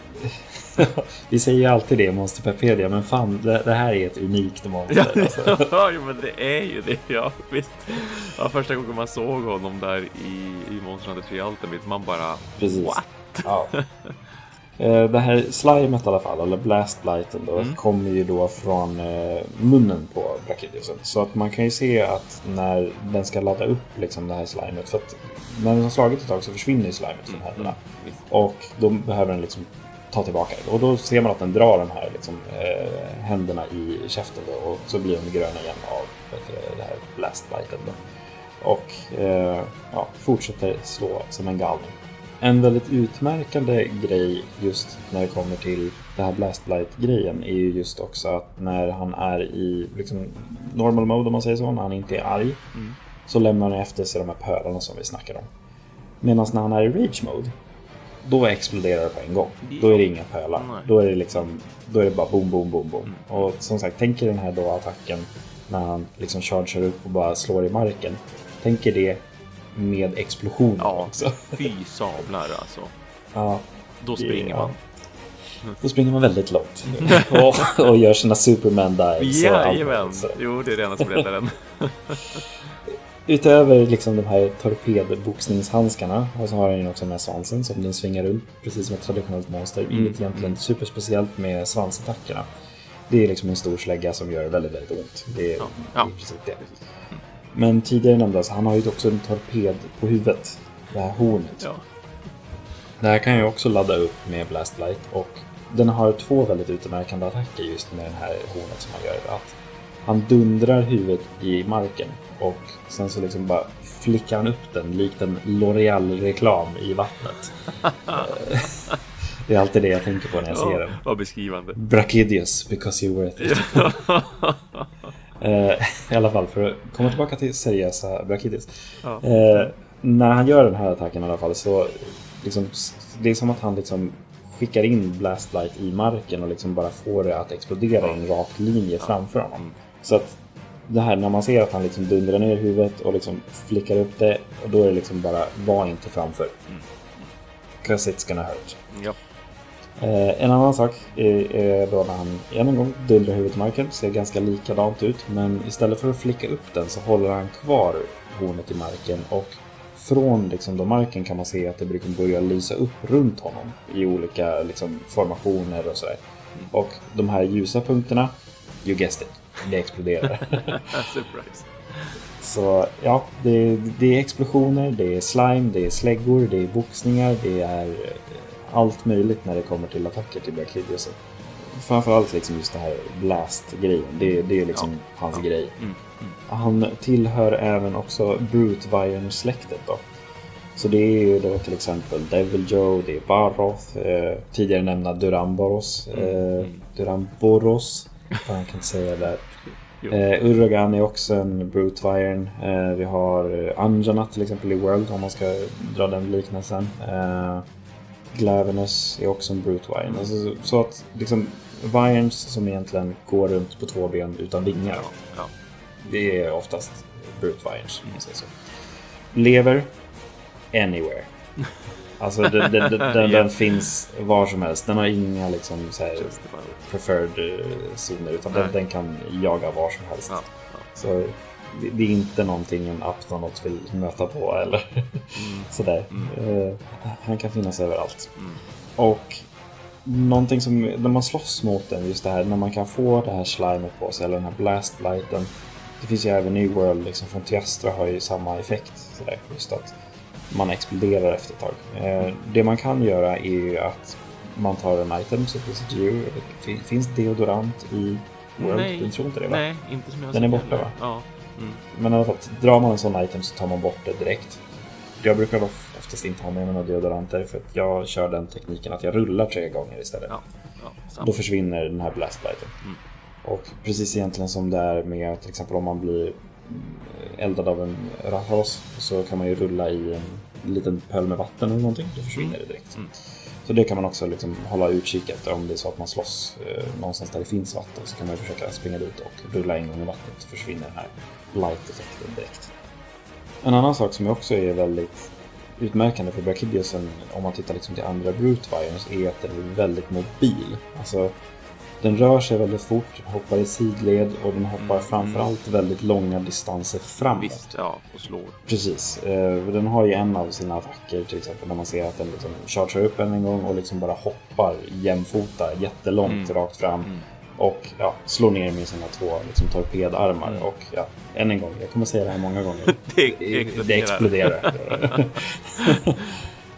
vi säger ju alltid det i Monsterpedia, men fan, det här är ett unikt monster. Alltså. Ja, men det är ju det, ja, visst. Ja, första gången man såg honom där i Monster Hunter 3 Ultimate, man bara, precis. What? Ja. Det här slimet i alla fall, eller Blast Blighten då, kommer ju då från munnen på Brachydiosen. Så att man kan ju se att när den ska ladda upp liksom det här slimet, för att när den har slagit ett tag så försvinner ju slimet från händerna. Och då behöver den liksom ta tillbaka det. Och då ser man att den drar de här liksom, händerna i käften då, och så blir de gröna igen av det här blastbiten då. Och fortsätter slå som en galning. En väldigt utmärkande grej just när det kommer till det här blastblight-grejen är ju just också att när han är i liksom, normal mode, om man säger så, när han inte är arg, så lämnar han efter sig de här pölarna som vi snackar om. Medan när han är i rage mode, då exploderar det på en gång. Då är det inga pölar. Då är det bara boom, boom, boom, boom. Och som sagt, tänker den här då attacken när han liksom chargear upp och bara slår i marken. Tänker det med explosioner också. Fy sablar alltså. Ja. Då springer man. Då springer man väldigt långt. och gör sina Superman dives. Jajamän. Jo, det är det enda som räddar den. Utöver liksom de här torpedboxningshandskarna, och så har den också med svansen som den svingar runt, precis som ett traditionellt monster. Inget egentligen superspeciellt med svansattackerna. Det är liksom en stor slägga som gör väldigt, väldigt ont. Det är i princip det. Men tidigare nämndes, han har ju också en torped på huvudet. Det här hornet. Ja. Det här kan jag också ladda upp med Blastblight. Och den har 2 väldigt utmärkande attacker just med den här hornet som han gör. Att han dundrar huvudet i marken. Och sen så liksom bara flickar han upp den likt en L'Oreal-reklam i vattnet. Det är alltid det jag tänker på när jag ser den. Vad beskrivande. Brachydios, because you're worth it. I alla fall, för att komma tillbaka till seriösa Brachydios. När han gör den här attacken i alla fall, så liksom, det är som att han liksom skickar in Blastblight i marken och liksom bara får det att explodera i en rak linje framför honom. Så att det här, när man ser att han liksom dundrar ner huvudet och liksom flickar upp det, och då är det liksom bara, var inte framför. 'Cause it's gonna hurt. Ja. En annan sak är då när han en gång dundrar huvudet i marken, ser ganska likadant ut, men istället för att flicka upp den så håller han kvar hornet i marken, och från liksom då marken kan man se att det brukar börja lysa upp runt honom i olika liksom formationer och sådär. Och de här ljusa punkterna, you guessed it, det exploderar. Surprise. Så ja, det är explosioner, det är slime, det är släggor, det är boxningar, det är allt möjligt när det kommer till attacker till Brachydios. Framförallt liksom just det här blast-grejen, det är liksom hans grej. Han tillhör även också Brute Viren-släktet då. Så det är ju då till exempel Devil Joe, det är Barroth, tidigare nämnda Duramboros, man kan säga där. Uragan är också en Brute Viren. Vi har Anjanath till exempel i World, om man ska dra den liknelsen. Glavenus är också en Brute Viren. Alltså, så att liksom Virens som egentligen går runt på 2 ben utan vingar. Det är oftast Brute Virens, om man säger så. Lever anywhere. Alltså den finns var som helst. Den har inga liksom så här preferred zoner, utan den kan jaga var som helst. Så det är inte någonting en Aptonaut vill möta på eller sådär. Han kan finnas överallt. Och någonting som, när man slåss mot den, just det här, när man kan få det här slimet på sig eller den här blastblighten. Det finns ju även New World liksom, från Tiastra har ju samma effekt sådär, just att man exploderar efter ett tag. Det man kan göra är ju att man tar en item, så finns deodorant i World. Nej, jag tror inte det, va? Nej, inte som jag den är borta, va? Ja. Men i alla fall, drar man en sån item så tar man bort det direkt. Jag brukar oftast inte ha med mig några deodoranter, för att jag kör den tekniken att jag rullar 3 gånger istället. Då försvinner den här blastblighten. Och precis egentligen som det är med till exempel om man blir eldad av en Rathalos, så kan man ju rulla i en liten pöl med vatten eller någonting, då försvinner det direkt. Så det kan man också liksom hålla utkik efter. Om det är så att man slåss någonstans där det finns vatten, så kan man försöka springa dit och rulla en gång i vattnet, så försvinner den här light-effekten direkt. En annan sak som också är väldigt utmärkande för Brachydiosen, om man tittar liksom till andra Brute Virens, är att den är väldigt mobil. Alltså, den rör sig väldigt fort, hoppar i sidled, och den hoppar framförallt väldigt långa distanser framåt. Visst, ja, och slår. Precis. Den har ju en av sina attacker, till exempel när man ser att den liksom chargear upp en gång och liksom bara hoppar jämfota jättelångt rakt fram. Och slår ner med sina 2 liksom, torpedarmar. Och än en gång, jag kommer säga det här många gånger. Det exploderar.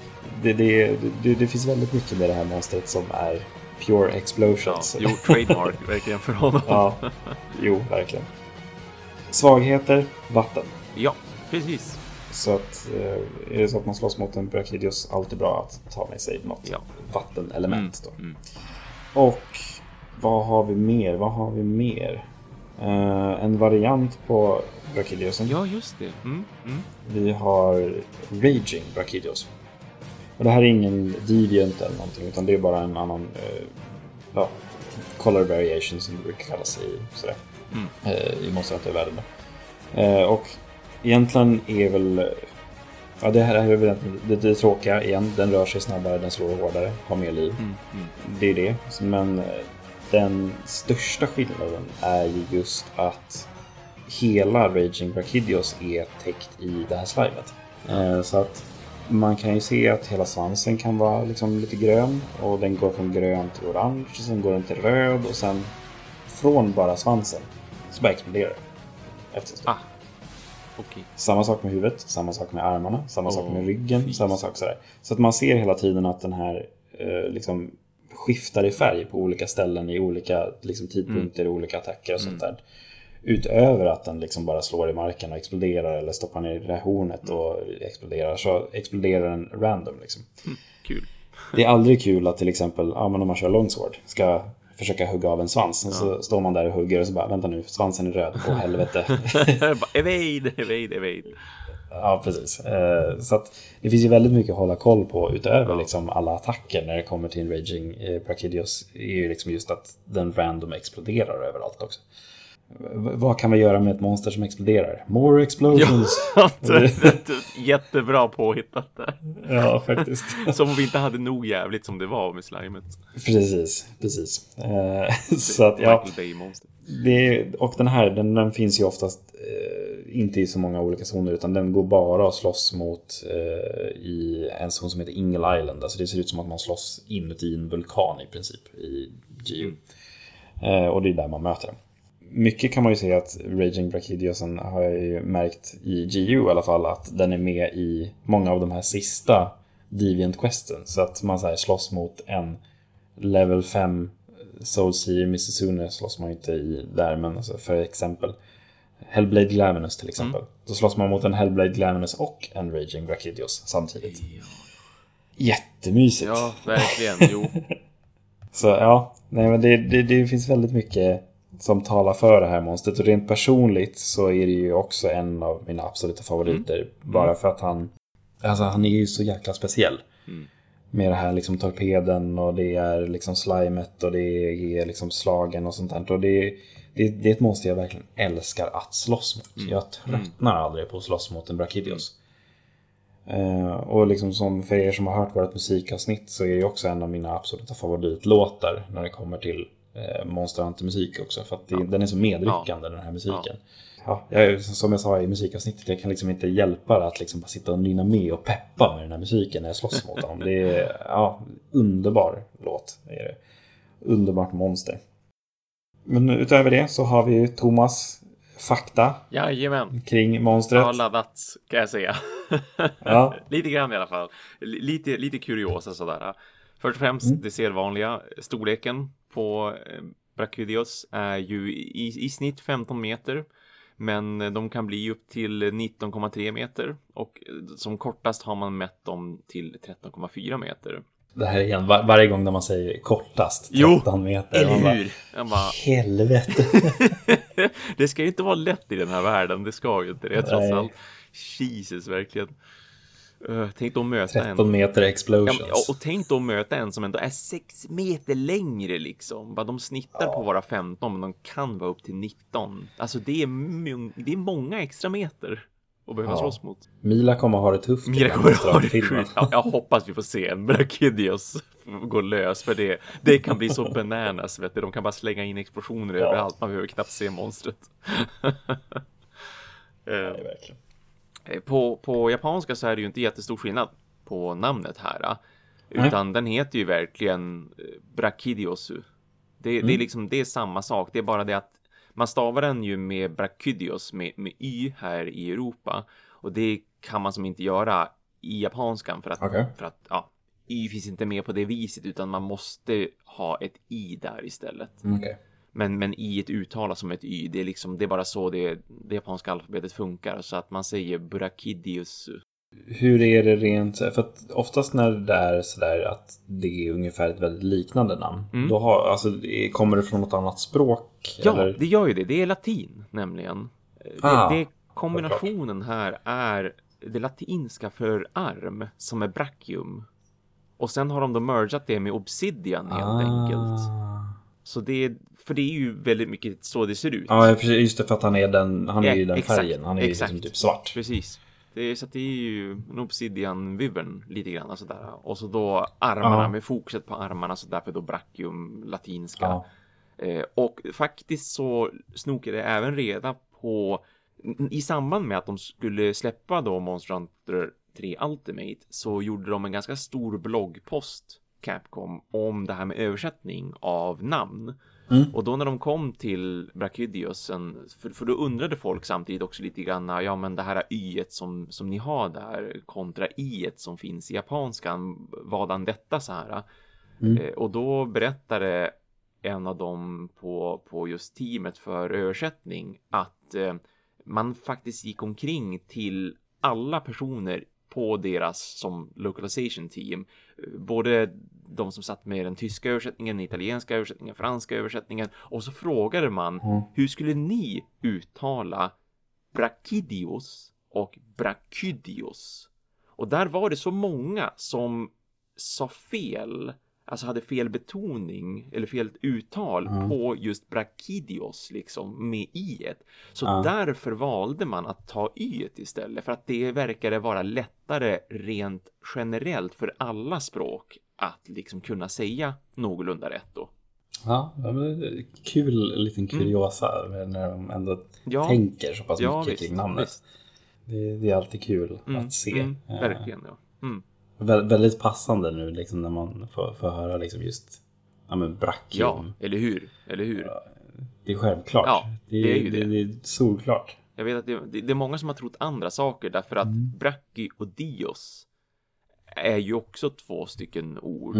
det finns väldigt mycket med det här monstret som är pure explosions. Ja, trademark verkligen för honom. Ja, verkligen. Svagheter, vatten. Ja, precis. Så att är det så att man slåss mot en Brachydios, alltid bra att ta med sig något vattenelement då. Och vad har vi mer? En variant på Brachydiosen. Ja, just det. Vi har Raging Brachydios. Och det här är ingen deviant eller någonting, utan det är bara en annan color variation som det brukar kallas i Monster Hunter-världen. Och egentligen är väl det här är väl det tråkiga igen. Den rör sig snabbare, den slår hårdare, har mer liv. Det är det. Men den största skillnaden är ju just att hela Raging Brachydios är täckt i det här slimet. Så att man kan ju se att hela svansen kan vara liksom lite grön, och den går från grön till orange, och sen går den till röd, och sen från bara svansen så bara exploderar det efter en stund. Okay. Samma sak med huvudet, samma sak med armarna, samma sak med ryggen, samma sak sådär. Så att man ser hela tiden att den här liksom skiftar i färg på olika ställen i olika liksom, tidpunkter, olika attacker och sånt där. Utöver att den liksom bara slår i marken och exploderar, eller stoppar ner i det här hornet och exploderar, så exploderar den random liksom. Kul. Det är aldrig kul att till exempel om man kör longsword ska försöka hugga av en svans, och så står man där och hugger och så bara, vänta nu, svansen är röd, åh helvete. evade. Ja, precis. Så att det finns ju väldigt mycket att hålla koll på utöver liksom alla attacker när det kommer till en Raging Brachydios, är ju liksom just att den random exploderar överallt också. Vad kan vi göra med ett monster som exploderar? More explosions! Ja, det är jättebra påhittat där. Ja, faktiskt. Som om vi inte hade nog jävligt som det var med slimet. Precis. Så att, och den här, den finns ju oftast inte i så många olika zoner, utan den går bara att slåss mot i en zon som heter Ingle Island. Alltså det ser ut som att man slåss inuti en vulkan i princip i GU. Och det är där man möter den. Mycket kan man ju säga att Raging Brachydiosen har jag ju märkt i GU i alla fall, att den är med i många av de här sista Deviant Questen. Så att man så här slåss mot en level 5 Soul Seer Mizusune slåss man inte i där, men alltså för exempel Hellblade Glavenus till exempel. Då slåss man mot en Hellblade Glavenus och en Raging Brachydios samtidigt. Jättemysigt. Ja, verkligen, jo. Så men det finns väldigt mycket som talar för det här monstret, och rent personligt så är det ju också en av mina absoluta favoriter, bara för att han är ju så jäkla speciell med det här liksom torpeden, och det är liksom slimet, och det är liksom slagen och sånt där, och det är ett monster jag verkligen älskar att slåss mot. Jag tröttnar aldrig på att slåss mot en Brachydios. Och liksom som för er som har hört vårt musikavsnitt, så är det också en av mina absoluta favoritlåtar när det kommer till Monster Hunter-musik också, för att den är så medryckande, den här musiken. Som jag sa i musikavsnittet, jag kan liksom inte hjälpa att liksom bara sitta och nynna med och peppa med den här musiken när jag slåss mot dem. Det är underbar låt. Det är underbart monster. Men utöver det så har vi Thomas fakta kring monstret. Jag har laddat, kan jag säga. Lite grann i alla fall. Lite kuriosa sådär. Först och främst, det ser vanliga storleken på Brachydios är ju i snitt 15 meter. Men de kan bli upp till 19,3 meter. Och som kortast har man mätt dem till 13,4 meter. Det här igen, varje gång när man säger kortast 13 meter. Eller hur? Helvete. Det ska ju inte vara lätt i den här världen. Det ska ju inte det, trots allt. Jesus, verkligen. Tänk att möta 13 meter explosions. Och tänk att möta en som ändå är 6 meter längre liksom. De snittar på vara 15, men de kan vara upp till 19. Alltså det är många extra meter att behöva slåss mot. Mila kommer ha det tufft. Mila kommer ha det sjukt. Jag hoppas vi får se en Brachydios gå lös, för det kan bli så bananas, vet du. De kan bara slänga in explosioner överallt. Man behöver knappt se monstret. Verkligen. På japanska så är det ju inte jättestor skillnad på namnet här. Utan den heter ju verkligen Brachydiosu. Det är liksom, det är samma sak. Det är bara det att man stavar den ju med Brachydios med y här i Europa. Och det kan man som inte göra i japanskan för att y finns inte med på det viset, utan man måste ha ett i där istället. Okay. Men i ett uttalas som ett y. Det är liksom, det är bara så det japanska alfabetet funkar. Så att man säger Brachidius. Hur är det rent? För att oftast när det är sådär att det är ungefär ett väldigt liknande namn. Då kommer det från något annat språk? Ja, eller? det gör ju det. Det är latin nämligen. Det kombinationen här är det latinska för arm som är brachium. Och sen har de då mergat det med obsidian helt enkelt. Så det är ju väldigt mycket så det ser ut. Ja, just det, för att han är ju den färgen. Han är ju liksom typ svart. Precis. Så det är ju en obsidian-vibben lite grann. Alltså där. Och så då armarna med fokuset på armarna. Så därför då brachium, latinska. Och faktiskt så snokade jag även reda på, i samband med att de skulle släppa då Monster Hunter 3 Ultimate, så gjorde de en ganska stor bloggpost, Capcom, om det här med översättning av namn. Och då när de kom till Brachidius, för då undrade folk samtidigt också lite grann, ja men det här y-et som ni har där kontra i-et som finns i japanskan, vadan detta så här? Och då berättade en av dem på just teamet för översättning att man faktiskt gick omkring till alla personer på deras som localization team, både de som satt med den tyska översättningen, den italienska översättningen, franska översättningen, och så frågade man hur skulle ni uttala Brachidius och Brachidius? Och där var det så många som sa fel, alltså hade fel betoning eller fel uttal på just Brachidios liksom med i-et. Så därför valde man att ta y-et istället, för att det verkade vara lättare rent generellt för alla språk att liksom kunna säga någorlunda rätt då. Ja, kul liten kuriosa när de ändå tänker så pass mycket kring namnet. Det är alltid kul att se. Verkligen, ja. Väldigt passande nu liksom, när man får höra liksom just brachium. Ja, eller hur? Ja, det är självklart. Ja, det är ju det. Det är solklart. Jag vet att det är många som har trott andra saker, därför att brachi och dios är ju också 2 stycken ord.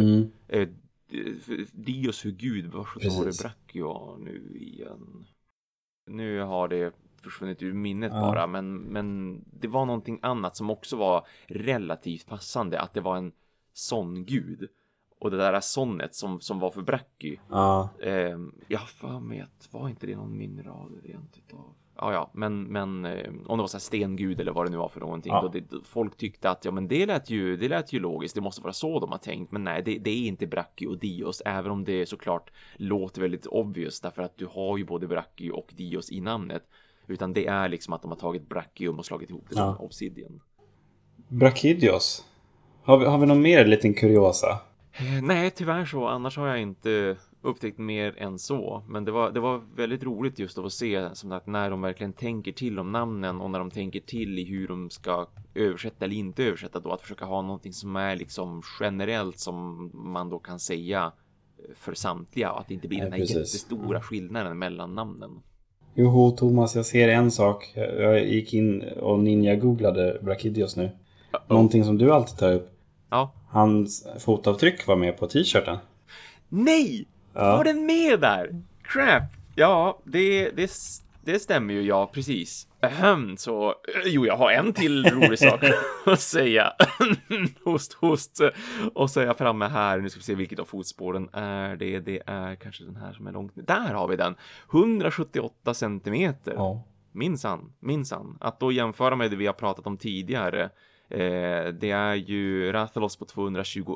Dios för Gud, vad var det brachio nu igen? Nu har det försvunnit ur minnet bara, men det var någonting annat som också var relativt passande, att det var en sån gud, och det där sonnet som var för Bracky. Jag har för mig att var inte det någon mineral rent utav. Men om det var så här stengud eller vad det nu var för någonting, då folk tyckte att men det lät ju logiskt, det måste vara så de har tänkt, men nej, det är inte Bracky och Dios, även om det såklart låter väldigt obvious, därför att du har ju både Bracky och Dios i namnet. Utan det är liksom att de har tagit brachium och slagit ihop det med obsidian. Brachidios. Har vi någon mer liten kuriosa? Nej, tyvärr så. Annars har jag inte upptäckt mer än så. Men det var väldigt roligt just att få se som sagt, när de verkligen tänker till om namnen, och när de tänker till i hur de ska översätta eller inte översätta då. Att försöka ha någonting som är liksom generellt, som man då kan säga för samtliga. Och att det inte blir den här jättestora skillnaden mellan namnen. Joho, Thomas, jag ser en sak. Jag gick in och ninja-googlade Brachidios nu. Någonting som du alltid tar upp. Ja. Hans fotavtryck var med på t-shirten. Nej! Var den med där? Crap! Ja, det stämmer ju, ja, precis. Så, jag har en till rolig sak att säga. host. Och så är jag framme här. Nu ska vi se vilket av fotspåren är det. Det är kanske den här som är långt. Där har vi den. 178 centimeter. Ja. Minsann. Att då jämföra med det vi har pratat om tidigare. Det är ju Rathalos på 221.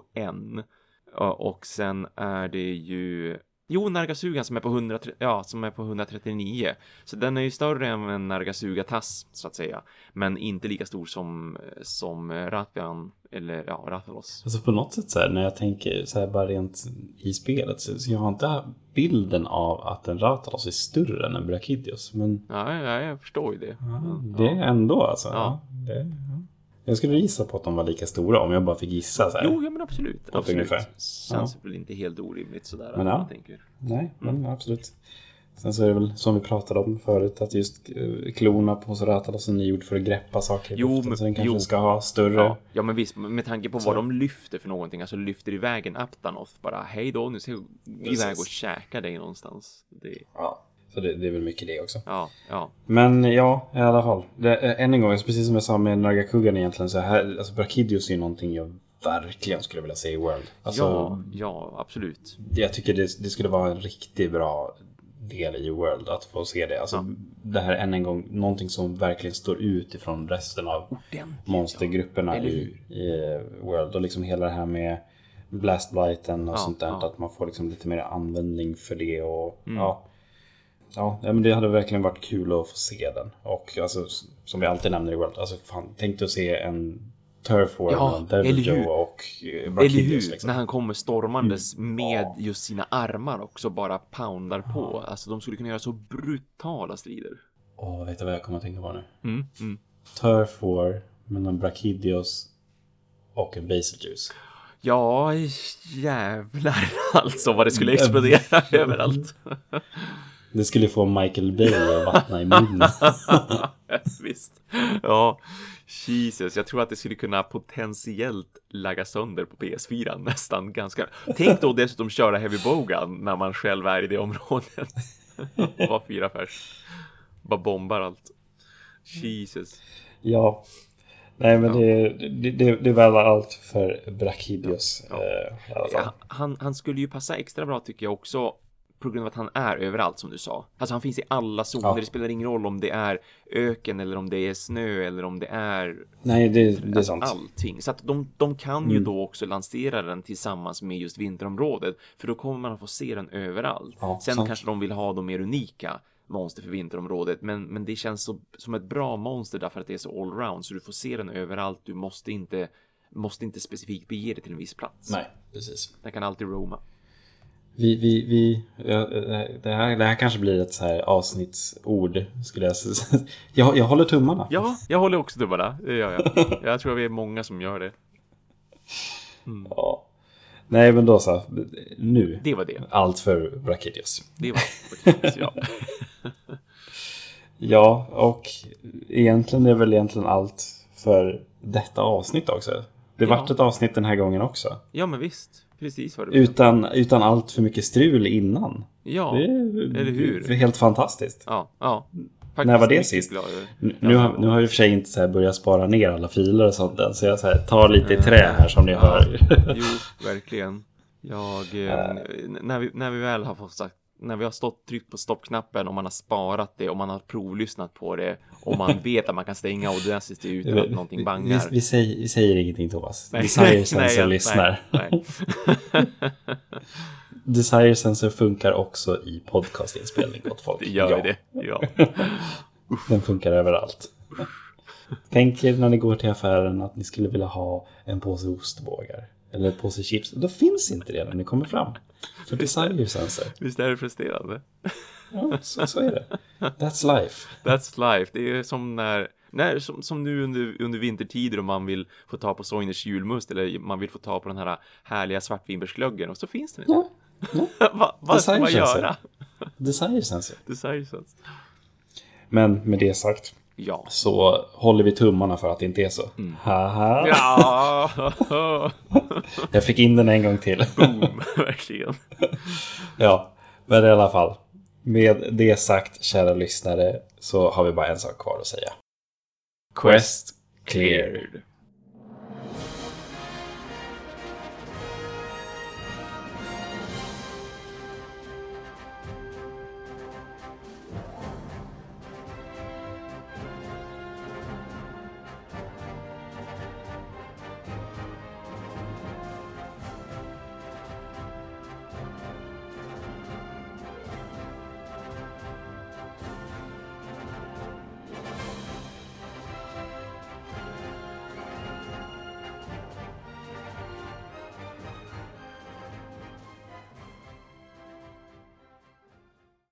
Och sen är det ju Nargasugan som är på 139. Så den är ju större än en Nargasuga-tass så att säga, men inte lika stor som Rathian eller Rathalos. Alltså på något sätt så här, när jag tänker så här bara rent i spelet, så jag har inte bilden av att en Rathalos är större än en Brachidios, men ja, jag förstår ju det. Ja, det är ändå alltså. Ja. Jag skulle gissa på att de var lika stora om jag bara fick gissa så här. Jo, men absolut. Känns väl inte helt orimligt sådär. Men jag tänker. Nej, men absolut. Sen så är det väl som vi pratade om förut, att just klorna på Rathalos är gjord för att greppa saker i luften, så den kanske ska ha större... Ja, men visst, med tanke på vad de lyfter för någonting, alltså lyfter iväg en Aptanoth, bara hej då, nu ska jag iväg och käka dig någonstans. Ja, så det är väl mycket det också. Ja. Men ja, i alla fall. Än en gång, precis som jag sa med Nargacugan egentligen, så här, alltså Brachydios är ju någonting jag verkligen skulle vilja se i World. Alltså, ja, absolut. Jag tycker det skulle vara en riktigt bra del i World att få se det. Alltså det här än en gång, någonting som verkligen står ut ifrån resten av monstergrupperna i World. Och liksom hela det här med Blastblighten och sånt där, att man får liksom lite mer användning för det. Och ja, men det hade verkligen varit kul att få se den. Och alltså, som vi alltid nämner i World, alltså fan, tänk dig att se en Turf War med Deviljho och Brachydios. Liksom. När han kommer stormandes med just sina armar också bara poundar på. Alltså de skulle kunna göra så brutala strider. Vet du vad jag kommer att tänka på nu? Turf War mellan Brachydios och en Baseljuice. Ja, jävlar alltså vad det skulle explodera överallt. Det skulle få Michael Bay att vattna i munnen. Visst. Ja, Jesus. Jag tror att det skulle kunna potentiellt lagga sönder på PS4 nästan ganska. Tänk då dessutom köra Heavy Bogan när man själv är i det området. Var 4 pers. Bara bombar allt. Jesus. Ja. Nej, men det är väl allt för Brachydios. Han skulle ju passa extra bra tycker jag också, på grund av att han är överallt som du sa. Alltså han finns i alla zoner. Det spelar ingen roll om det är öken eller om det är snö eller om det är... Nej, det är sant. Allting. Så att de kan ju då också lansera den tillsammans med just vinterområdet. För då kommer man att få se den överallt. Ja, sen kanske de vill ha de mer unika monster för vinterområdet. Men det känns som ett bra monster därför att det är så allround. Så du får se den överallt. Du måste inte specifikt bege dig till en viss plats. Nej, precis. Den kan alltid roama. Det här kanske blir ett så här avsnittsord, skulle jag säga. Jag håller tummarna. Ja, jag håller också tummarna. Det gör jag. Jag tror att vi är många som gör det. Ja. Nej, men då så. Nu. Det var det. Allt för Brachydios. Det var Brachydios, ja. Ja, och egentligen är väl allt för detta avsnitt också. Det vart ett avsnitt den här gången också. Ja, men visst. Precis vad det utan allt för mycket strul innan. Ja, eller hur? Det är helt fantastiskt. Ja. När var det sist? Nu har jag i och för sig inte så här börjat spara ner alla filer och sånt där, så jag så här tar lite i trä här som ni hör. Jo, verkligen. När vi väl har fått sagt, när vi har tryckt på stoppknappen och man har sparat det och man har provlyssnat på det och man vet att man kan stänga Audacity utan att någonting bangar. Vi säger ingenting, Thomas. Desire Sensor lyssnar. Nej. Desire Sensor funkar också i podcastinspelning, gott folk. Det gör det, ja. Den funkar överallt. Tänk er när ni går till affären att ni skulle vilja ha en påse ostbågar eller en påse chips. Då finns inte det när ni kommer fram. För Desire Sensor. Visst är det frustrerande? Ja, så är det. That's life. That's life. Det är som som nu under vintertider, om man vill få ta på Soiners julmust eller man vill få ta på den här härliga svartvinbärsglöggen, och så finns den inte. Ja. Vad ska man göra? Desire Sensor. Desire Sensor. Men med det sagt, så håller vi tummarna för att det inte är så. Haha. Ja. Jag fick in den en gång till. Boom, verkligen. Ja, men i alla fall. Med det sagt, kära lyssnare, så har vi bara en sak kvar att säga. Quest cleared.